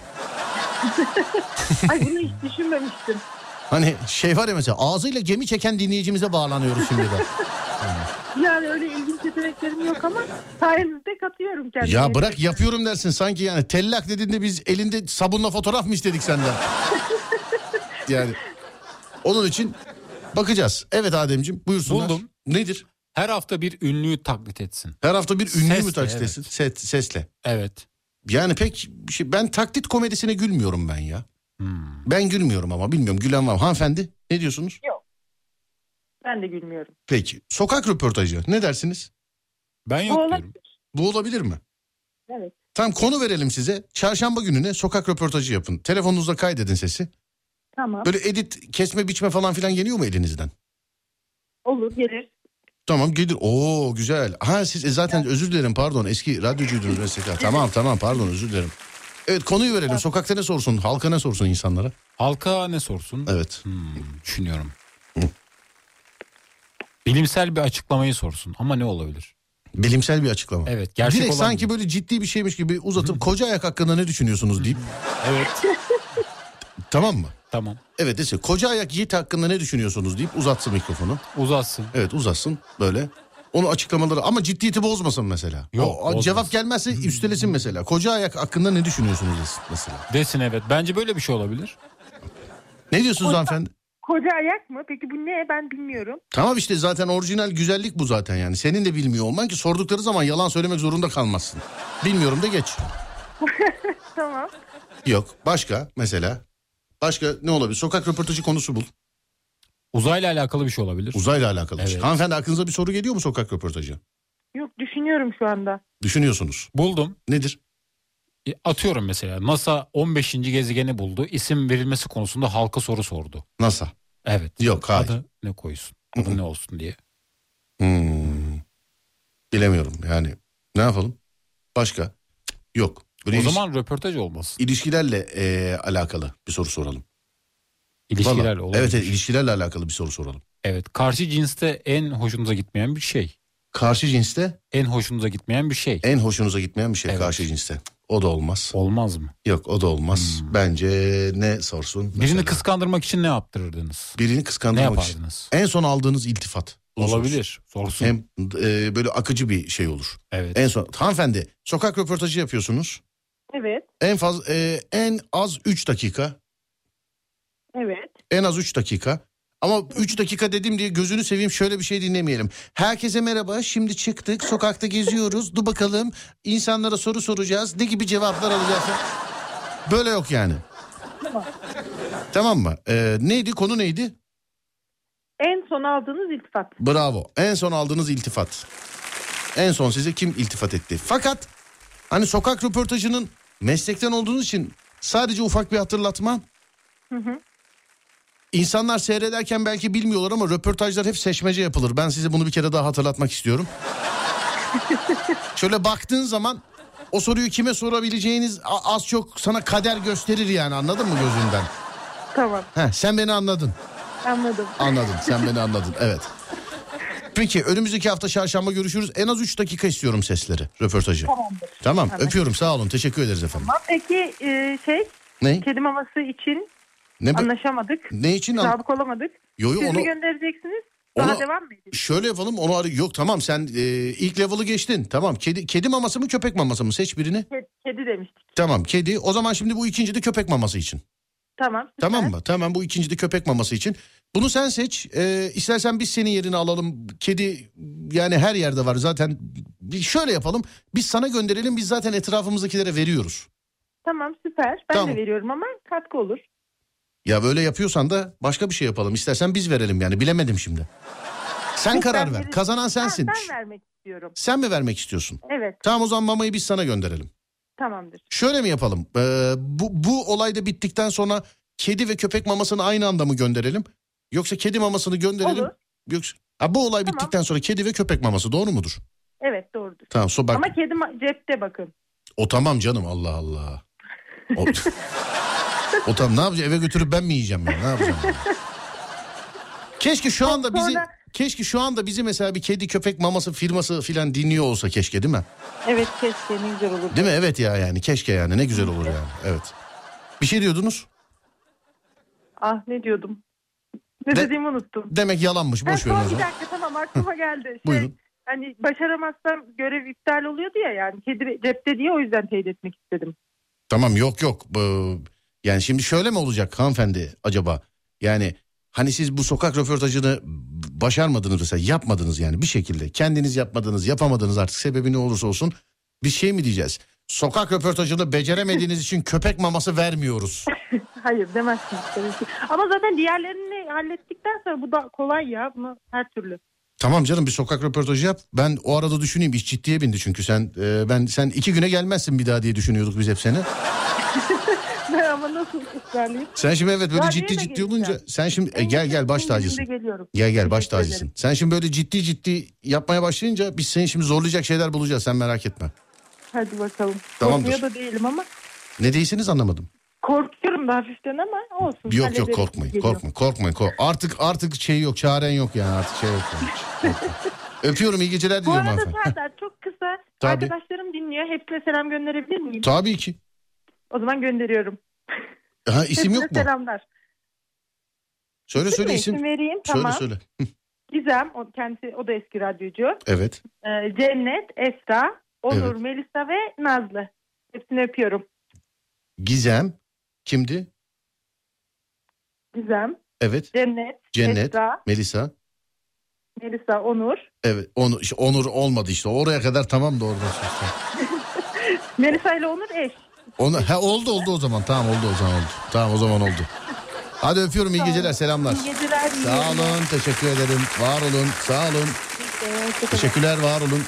Ay bunu hiç düşünmemiştim. Hani şey var ya mesela ağzıyla gemi çeken dinleyicimize bağlanıyoruz şimdi de. Yani öyle ilginç yeteneklerim yok ama sayenizde katıyorum kendime. Ya bırak yapıyorum dersin sanki, yani tellak dediğinde biz elinde sabunla fotoğraf mı istedik senden? Yani onun için bakacağız. Evet Ademciğim buyursunlar. Buldum. Nedir? Her hafta bir ünlüyü taklit etsin. Her hafta bir ünlü mü Sesle, taklit etsin? Sesle. Evet. Yani pek ben taklit komedisine gülmüyorum ben ya. Ben gülmüyorum ama bilmiyorum gülen var mı? Hanımefendi ne diyorsunuz? Yok. Ben de gülmüyorum. Peki sokak röportajı ne dersiniz? Ben yok diyorum. Bu olabilir mi? Evet. Tamam, konu verelim size. Çarşamba gününe sokak röportajı yapın. Telefonunuzda kaydedin sesi. Tamam. Böyle edit, kesme, biçme falan filan geliyor mu elinizden? Olur, gelir. Tamam, gelir. Oo, güzel. Ha, siz zaten özür dilerim, pardon, eski radyocuydunuz mesela. Tamam, pardon, özür dilerim. Evet, konuyu verelim. Sokakta ne sorsun? Halka ne sorsun insanlara? Halka ne sorsun? Evet. Düşünüyorum. Bilimsel bir açıklamayı sorsun ama ne olabilir? Bilimsel bir açıklama. Evet, gerçek direkt olan sanki gibi. böyle ciddi bir şeymiş gibi uzatıp koca ayak hakkında ne düşünüyorsunuz deyip. Evet. Tamam mı? Tamam. Evet, desin. Koca ayak yiğit hakkında ne düşünüyorsunuz deyip uzatsın mikrofonu. Uzatsın. Evet, uzatsın böyle. Onu açıklamaları ama ciddiyeti bozmasın mesela. Yok, bozmasın. Cevap gelmezse üstelesin mesela. Koca ayak hakkında ne düşünüyorsunuz desin mesela. Desin, evet. Bence böyle bir şey olabilir. Ne diyorsunuz hanımefendi? Koca ayak mı? Peki bu ne? Ben bilmiyorum. Tamam işte, zaten orijinal güzellik bu zaten yani. Senin de bilmiyor olman ki sordukları zaman yalan söylemek zorunda kalmazsın. Bilmiyorum da geç. Tamam. Yok, başka mesela. Başka ne olabilir? Sokak röportajı konusu bul. Uzayla alakalı bir şey olabilir. Uzayla alakalı bir şey. Evet. Hanımefendi, aklınıza bir soru geliyor mu sokak röportajı? Yok, düşünüyorum şu anda. Düşünüyorsunuz. Buldum. Nedir? Atıyorum mesela, NASA 15. gezegeni buldu. İsim verilmesi konusunda halka soru sordu. NASA. Evet. Yok, hayır. Adı ne koysun? Adı ne olsun diye. Bilemiyorum yani. Ne yapalım? Başka? Yok. Böyle O zaman röportaj olmasın. İlişkilerle alakalı bir soru soralım. İlişkilerle Vallahi, olabilir. evet, ilişkilerle alakalı bir soru soralım. Evet. Karşı cinste en hoşunuza gitmeyen bir şey. Karşı cinste? En hoşunuza gitmeyen bir şey. En hoşunuza gitmeyen bir şey, evet. Karşı cinste. O da olmaz. Olmaz mı? Yok, o da olmaz. Bence ne sorsun? Birini mesela? kıskandırmak için ne yaptırırdınız? Birini Ne kıskandırmak için. yapardınız? En son aldığınız iltifat. Olabilir. Sorsun. Hem böyle akıcı bir şey olur. Evet. En son, hanımefendi, sokak röportajı yapıyorsunuz. Evet. En az 3 dakika. Evet. En az 3 dakika. Ama 3 dakika dedim diye gözünü seveyim şöyle bir şey dinlemeyelim. Herkese merhaba, şimdi çıktık, sokakta geziyoruz. Dur bakalım, insanlara soru soracağız. Ne gibi cevaplar alacağız? Böyle yok yani. Tamam mı? Neydi, konu neydi? En son aldığınız iltifat. Bravo. En son aldığınız iltifat. En son size kim iltifat etti? Fakat hani sokak röportajının meslekten olduğunuz için sadece ufak bir hatırlatma. İnsanlar seyrederken belki bilmiyorlar ama röportajlar hep seçmece yapılır. Ben size bunu bir kere daha hatırlatmak istiyorum. Şöyle baktığın zaman o soruyu kime sorabileceğiniz az çok sana kader gösterir yani, anladın mı gözünden? Tamam. Sen beni anladın. Anladım. Anladın, sen beni anladın, evet. Peki, önümüzdeki hafta çarşamba görüşürüz. En az 3 dakika istiyorum sesleri, röportajı. Tamamdır. Tamam, Evet. öpüyorum, sağ olun, teşekkür ederiz efendim. Ama peki Ne? kedi maması için Ne anlaşamadık. Ne için? Sabık olamadık. Yo, Siz onu mi göndereceksiniz? Daha Onu- devam mı edin? şöyle yapalım, onu yok, tamam, sen ilk level'ı geçtin. Tamam, kedi maması mı köpek maması mı, seç birini. Kedi demiştik. Tamam, kedi. O zaman şimdi bu ikinci de köpek maması için. Tamam. Süper. Tamam mı? Tamam, bu ikinci de köpek maması için. Bunu sen seç. İstersen biz senin yerini alalım. Kedi yani her yerde var zaten. Şöyle yapalım. Biz sana gönderelim. Biz zaten etrafımızdakilere veriyoruz. Tamam, süper. Ben Tamam. de veriyorum ama katkı olur. Ya böyle yapıyorsan da başka bir şey yapalım. İstersen biz verelim yani, bilemedim şimdi. Sen Yok, karar ben ver. veririm. Kazanan sensin. Ben vermek istiyorum. Sen mi vermek istiyorsun? Evet. Tamam, o zaman mamayı biz sana gönderelim. Tamamdır. Şöyle mi yapalım? Bu olay da bittikten sonra kedi ve köpek mamasını aynı anda mı gönderelim? Yoksa kedi mamasını gönderelim. Olur. Yoksa bu olay bittikten sonra kedi ve köpek maması, doğru mudur? Evet, doğrudur. Tamam, bak. Ama kedi cepte bakın. O tamam canım, Allah Allah. O tamam, ne yapacağım, eve götürüp ben mi yiyeceğim ya, ne yapacağım? Keşke şu anda bizi Sonra- keşke şu anda bizi mesela bir kedi köpek maması firması filan dinliyor olsa, keşke, değil mi? Evet, keşke, ne güzel olur. Değil mi? Evet ya, yani keşke, yani ne güzel olur yani. Evet. Bir şey diyordunuz? Ne diyordum? Ne dediğimi unuttum. Demek yalanmış, boş verin o Bir zaman. dakika, tamam, aklıma geldi. Buyurun. Hani başaramazsam görev iptal oluyordu ya, yani kedi cepte diye, o yüzden teyit etmek istedim. Tamam, yok. Yani şimdi şöyle mi olacak hanımefendi acaba? Yani hani siz bu sokak röportajını başarmadınız mesela, yapmadınız yani bir şekilde. Kendiniz yapmadınız, yapamadınız, artık sebebi ne olursa olsun. Bir şey mi diyeceğiz? Sokak röportajını beceremediğiniz için köpek maması vermiyoruz. Hayır, demezsiniz tabii ki. Ama zaten diğerlerini hallettikten sonra bu da kolay ya, bunu her türlü. Tamam canım, bir sokak röportajı yap. Ben o arada düşüneyim, iş ciddiye bindi çünkü sen 2 güne gelmezsin bir daha diye düşünüyorduk biz hep seni. Ama nasıl ısrarlayayım? Sen şimdi evet böyle Radyoya da ciddi geleceğim. olunca sen şimdi En gel baş yakın tacısın. günümde geliyorum. Gel baş Teşekkür tacısın. ederim. Sen şimdi böyle ciddi yapmaya başlayınca biz seni şimdi zorlayacak şeyler bulacağız, sen merak etme. Hadi bakalım. Tamamdır. Korkmuyor da değilim ama. Ne değilsiniz anlamadım. Korkuyorum da hafiften ama olsun. Yok hallederiz. korkmayın. Geliyor. Korkmayın. Artık şey yok, çaren yok yani, artık şey yok. Yani. Öpüyorum, iyi geceler Bu diliyorum arada hanımefendi. Serdar çok kısa. Tabii. Arkadaşlarım dinliyor. Hepsine selam gönderebilir miyim? Tabii ki. O zaman gönderiyorum. Ha, isim yok mu? Hepsine selamlar. Söyle isim. İsim vereyim, tamam. Söyle. Gizem, o da eski radyocu. Evet. Cennet, Esra, Onur, Evet. Melisa ve Nazlı. Hepsini öpüyorum. Gizem kimdi? Gizem, Evet. Cennet, Esra, Melisa. Melisa, Onur. Evet. Onur olmadı işte. Oraya kadar tamam da orada. Melisa ile Onur eş. Oldu o zaman. Tamam oldu. Tamam o zaman oldu. Hadi öpüyorum, iyi geceler, selamlar. İyi geceler. iyi Sağ olun, teşekkür ederim. Var olun, sağ olun. geceler. Teşekkürler, var olun.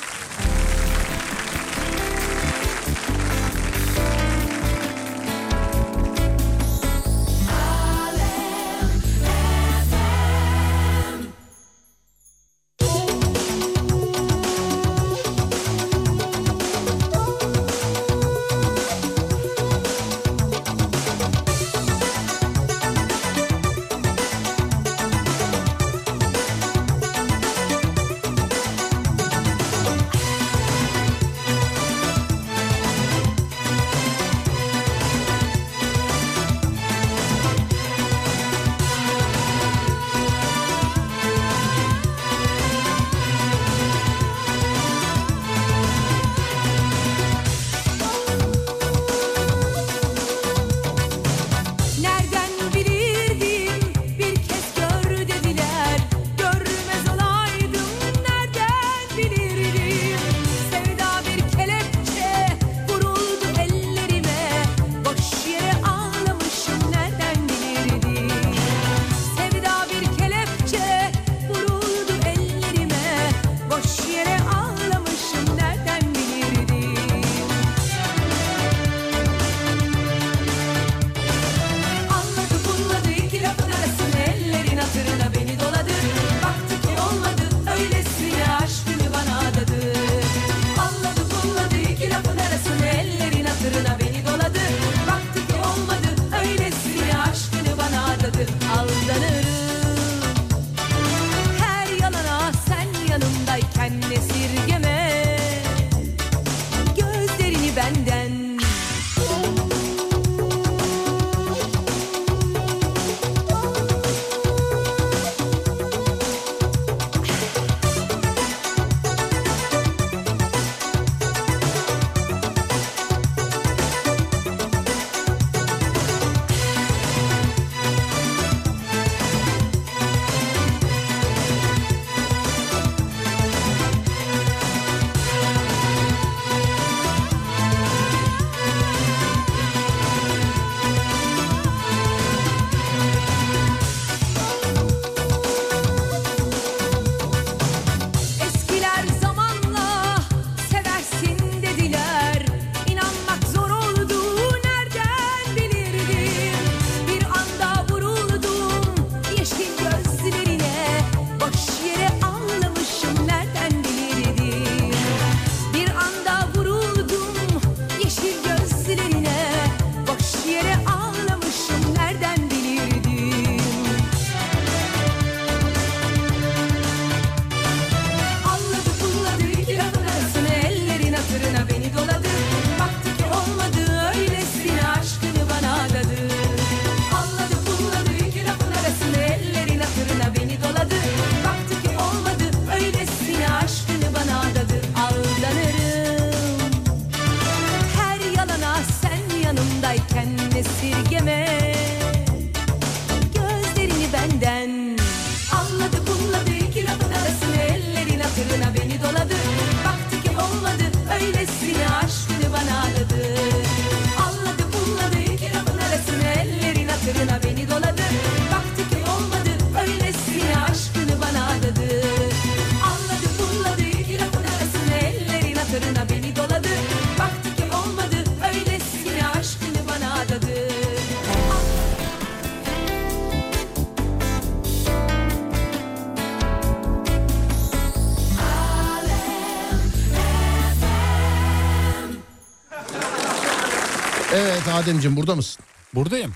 Ademciğim, burada mısın? Buradayım.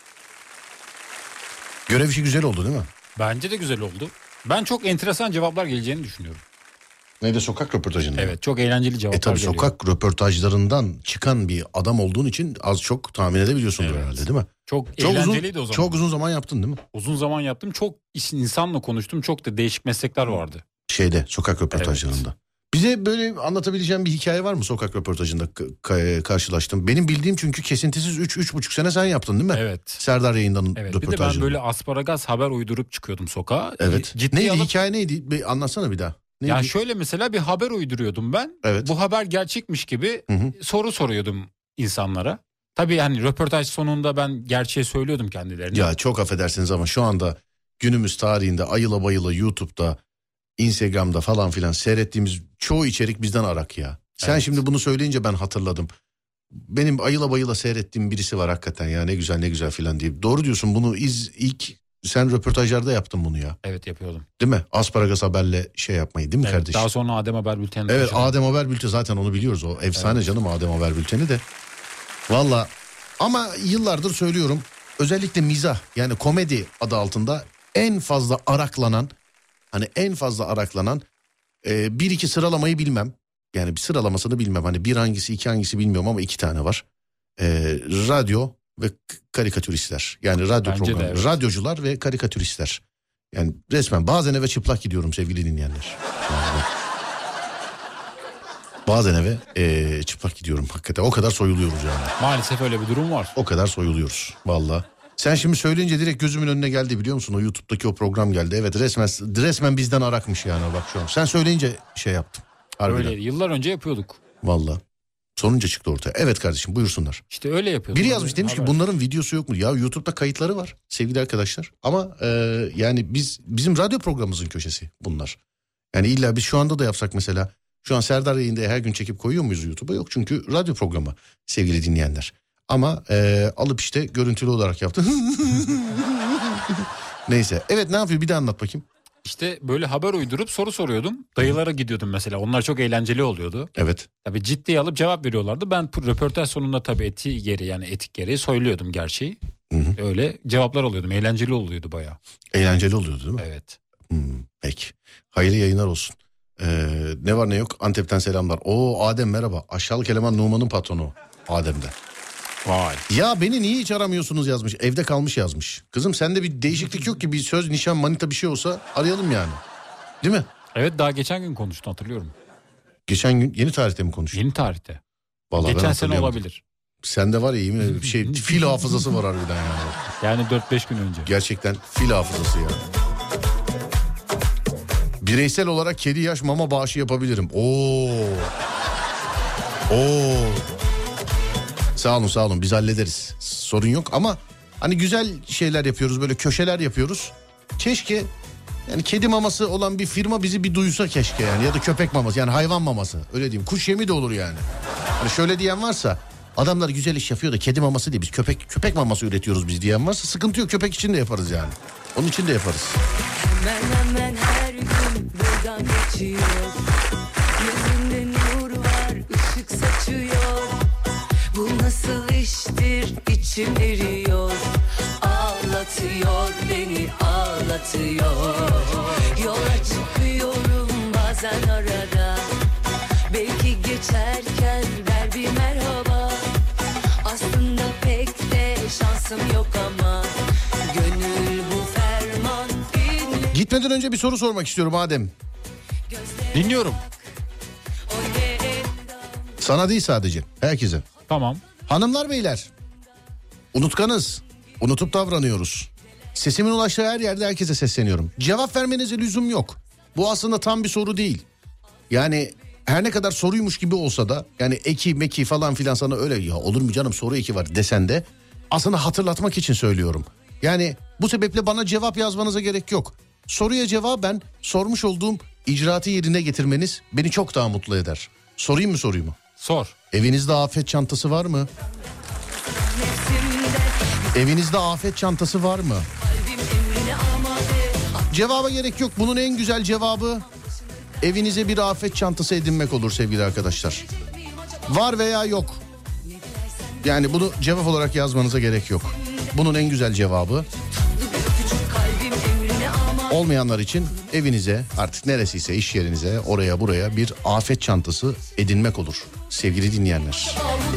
Görev işi güzel oldu değil mi? Bence de güzel oldu. Ben çok enteresan cevaplar geleceğini düşünüyorum. Neydi, sokak röportajında? Evet, çok eğlenceli cevaplar tabii geliyor. sokak röportajlarından çıkan bir adam olduğun için az çok tahmin edebiliyorsundur herhalde, değil mi? Çok eğlenceliydi o zaman. Çok uzun zaman yaptın değil mi? Uzun zaman yaptım. Çok insanla konuştum. Çok da değişik meslekler vardı. Sokak röportajlarında. Evet. Bize böyle anlatabileceğin bir hikaye var mı sokak röportajında karşılaştım? Benim bildiğim, çünkü kesintisiz 3,5 sene sen yaptın değil mi? Evet. Serdar Yayından'ın röportajını. Bir de ben böyle asparagas haber uydurup çıkıyordum sokağa. Evet. Hikaye neydi? Bir anlatsana bir daha. Neydi? Ya şöyle, mesela bir haber uyduruyordum ben. Evet. Bu haber gerçekmiş gibi soru soruyordum insanlara. Tabii hani röportaj sonunda ben gerçeği söylüyordum kendilerine. Ya çok affedersiniz ama şu anda günümüz tarihinde ayıla bayıla YouTube'da, Instagram'da falan filan seyrettiğimiz çoğu içerik bizden arak ya. Sen şimdi bunu söyleyince ben hatırladım. Benim ayıla bayıla seyrettiğim birisi var hakikaten ya, ne güzel filan diye. Doğru diyorsun, bunu ilk sen röportajlarda yaptın bunu ya. Evet, yapıyordum. Değil mi? Asparagas Haber'le yapmayı değil mi kardeşim? Daha sonra Adem Haber Bülteni. Evet, Adem Haber Bülteni, zaten onu biliyoruz, o efsane canım Adem Haber Bülteni de. Valla ama yıllardır söylüyorum, özellikle mizah, yani komedi adı altında en fazla araklanan bir iki sıralamayı bilmem. Yani bir sıralamasını bilmem. Hani bir hangisi, iki hangisi bilmiyorum ama 2 tane var. Radyo ve karikatüristler. Yani radyo programı. Evet. Radyocular ve karikatüristler. Yani resmen bazen eve çıplak gidiyorum sevgili dinleyenler. Bazen eve çıplak gidiyorum hakikaten. O kadar soyuluyoruz yani. Maalesef öyle bir durum var. O kadar soyuluyoruz valla. Sen şimdi söyleyince direkt gözümün önüne geldi, biliyor musun? O YouTube'daki o program geldi. Evet, resmen bizden arakmış yani, bak şu an. Sen söyleyince yaptım. Harbiden. Öyle, yıllar önce yapıyorduk. Valla. Sonunca çıktı ortaya. Evet kardeşim, buyursunlar. İşte öyle yapıyorduk. Biri yazmış, demiş ki bunların videosu yok mu? Ya YouTube'da kayıtları var sevgili arkadaşlar. Ama yani bizim radyo programımızın köşesi bunlar. Yani illa biz şu anda da yapsak mesela. Şu an Serdar Yayında her gün çekip koyuyor muyuz YouTube'a? Yok, çünkü radyo programı sevgili dinleyenler. Ama alıp işte görüntülü olarak yaptı. Neyse. Evet, ne yapıyor? Bir de anlat bakayım. İşte böyle haber uydurup soru soruyordum. Dayılara gidiyordum mesela. Onlar çok eğlenceli oluyordu. Evet. Tabii ciddiye alıp cevap veriyorlardı. Ben röportaj sonunda tabii etik gereği söylüyordum gerçeği. Öyle cevaplar alıyordum. Eğlenceli oluyordu bayağı. Eğlenceli oluyordu değil mi? Evet. Peki. Hayırlı yayınlar olsun. Ne var ne yok, Antep'ten selamlar. Adem merhaba. Aşağılık eleman Numan'ın patronu Adem'den. Vay. Ya beni niye hiç aramıyorsunuz yazmış. Evde kalmış yazmış. Kızım sende bir değişiklik yok ki, bir söz, nişan, manita bir şey olsa arayalım yani. Değil mi? Evet, daha geçen gün konuştun, hatırlıyorum. Geçen gün yeni tarihte mi konuştun? Yeni tarihte. Vallahi geçen sene olabilir. Sende var ya, yemin ederim fil hafızası var harbiden yani. Yani 4-5 gün önce. Gerçekten fil hafızası ya. Bireysel olarak kedi yaş mama bağışı yapabilirim. Sağ olun biz hallederiz. Sorun yok ama hani güzel şeyler yapıyoruz, böyle köşeler yapıyoruz. Keşke yani kedi maması olan bir firma bizi bir duysa keşke yani, ya da köpek maması, yani hayvan maması, öyle diyeyim. Kuş yemi de olur yani. Hani şöyle diyen varsa, adamlar güzel iş yapıyor da kedi maması değil, biz köpek maması üretiyoruz biz diyen varsa sıkıntı yok, köpek için de yaparız yani. Onun için de yaparız. Hemen her gün buradan geçiyor. Yüzünde nur var, ışık saçıyor. Bu nasıl iştir, içim eriyor. Ağlatıyor beni, ağlatıyor. Yola çıkıyorum bazen arada. Belki geçerken ver bir merhaba. Aslında pek de şansım yok ama gönül bu ferman dinle. Gitmeden önce bir soru sormak istiyorum Adem. Dinliyorum. Sana değil sadece, herkese. Tamam. Hanımlar beyler, unutkanız, unutup davranıyoruz. Sesimin ulaştığı her yerde herkese sesleniyorum. Cevap vermenize lüzum yok. Bu aslında tam bir soru değil. Yani her ne kadar soruymuş gibi olsa da, yani eki meki falan filan sana öyle ya olur mu canım soru eki var desen de aslında hatırlatmak için söylüyorum. Yani bu sebeple bana cevap yazmanıza gerek yok. Soruya cevaben sormuş olduğum icraatı yerine getirmeniz beni çok daha mutlu eder. Sorayım mı soruyu mu? Sor. Evinizde afet çantası var mı? Evinizde afet çantası var mı? Cevaba gerek yok. Bunun en güzel cevabı evinize bir afet çantası edinmek olur sevgili arkadaşlar. Var veya yok. Yani bunu cevap olarak yazmanıza gerek yok. Bunun en güzel cevabı olmayanlar için evinize, artık neresiyse iş yerinize, oraya buraya bir afet çantası edinmek olur sevgili dinleyenler.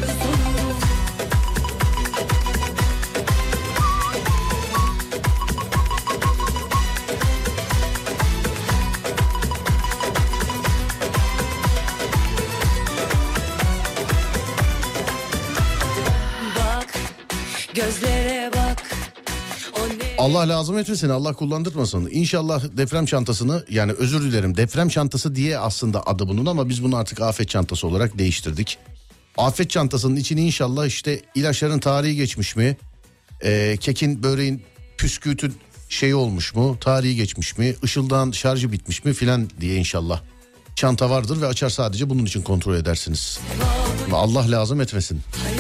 Gözlere bak. Allah lazım etmesin, Allah kullandırmasın. İnşallah deprem çantasını, yani özür dilerim, deprem çantası diye aslında adı bunun ama biz bunu artık afet çantası olarak değiştirdik. Afet çantasının içine inşallah işte ilaçların tarihi geçmiş mi? Kekin, böreğin, püskürtün şeyi olmuş mu? Tarihi geçmiş mi? Işıldağın şarjı bitmiş mi filan diye inşallah. Çanta vardır ve açar, sadece bunun için kontrol edersiniz. Ve Allah lazım etmesin.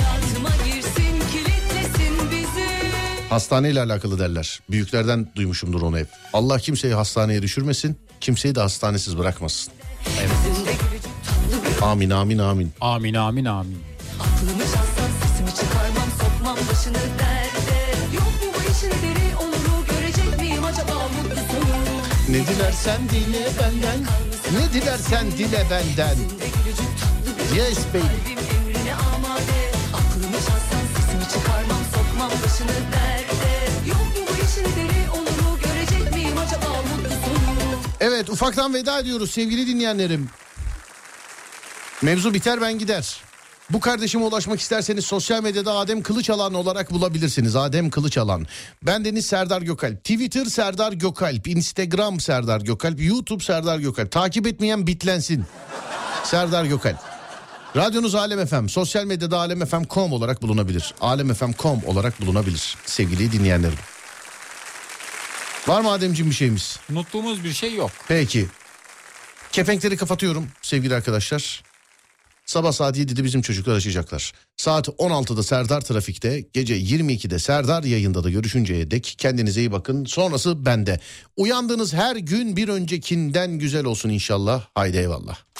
Hastaneyle alakalı derler. Büyüklerden duymuşumdur onu hep. Allah kimseyi hastaneye düşürmesin, kimseyi de hastanesiz bırakmasın. Evet. Amin amin amin. Amin amin amin. Aklımı çalsan sesimi çıkarmam, sokmam başını derde. Yok mu bu işin deri oluru, görecek miyim acaba mutlu sonu? Ne dilersen dile benden, ne dilersen dile benden. Yes baby. Emrine amade. Aklımı çalsan sesimi çıkarmam, sokmam başını derde. Yok mu bu işin deri oluru, görecek miyim acaba mutlu sonu? Evet, ufaktan veda ediyoruz sevgili dinleyenlerim. Mevzu biter, ben gider. Bu kardeşime ulaşmak isterseniz sosyal medyada Adem Kılıçalan olarak bulabilirsiniz. Adem Kılıçalan. Bendeniz Serdar Gökalp. Twitter Serdar Gökalp. Instagram Serdar Gökalp. YouTube Serdar Gökalp. Takip etmeyen bitlensin. Serdar Gökalp. Radyonuz Alem FM. Sosyal medyada alemfm.com olarak bulunabilir. alemfm.com olarak bulunabilir sevgili dinleyenlerim. Var mı Ademciğim bir şeyimiz? Unuttuğumuz bir şey yok. Peki. Kepenkleri kapatıyorum sevgili arkadaşlar. Sabah saat 7'de bizim çocuklar açacaklar. Saat 16'da Serdar Trafik'te, gece 22'de Serdar yayında da görüşünceye dek kendinize iyi bakın. Sonrası bende. Uyandığınız her gün bir öncekinden güzel olsun inşallah. Haydi eyvallah.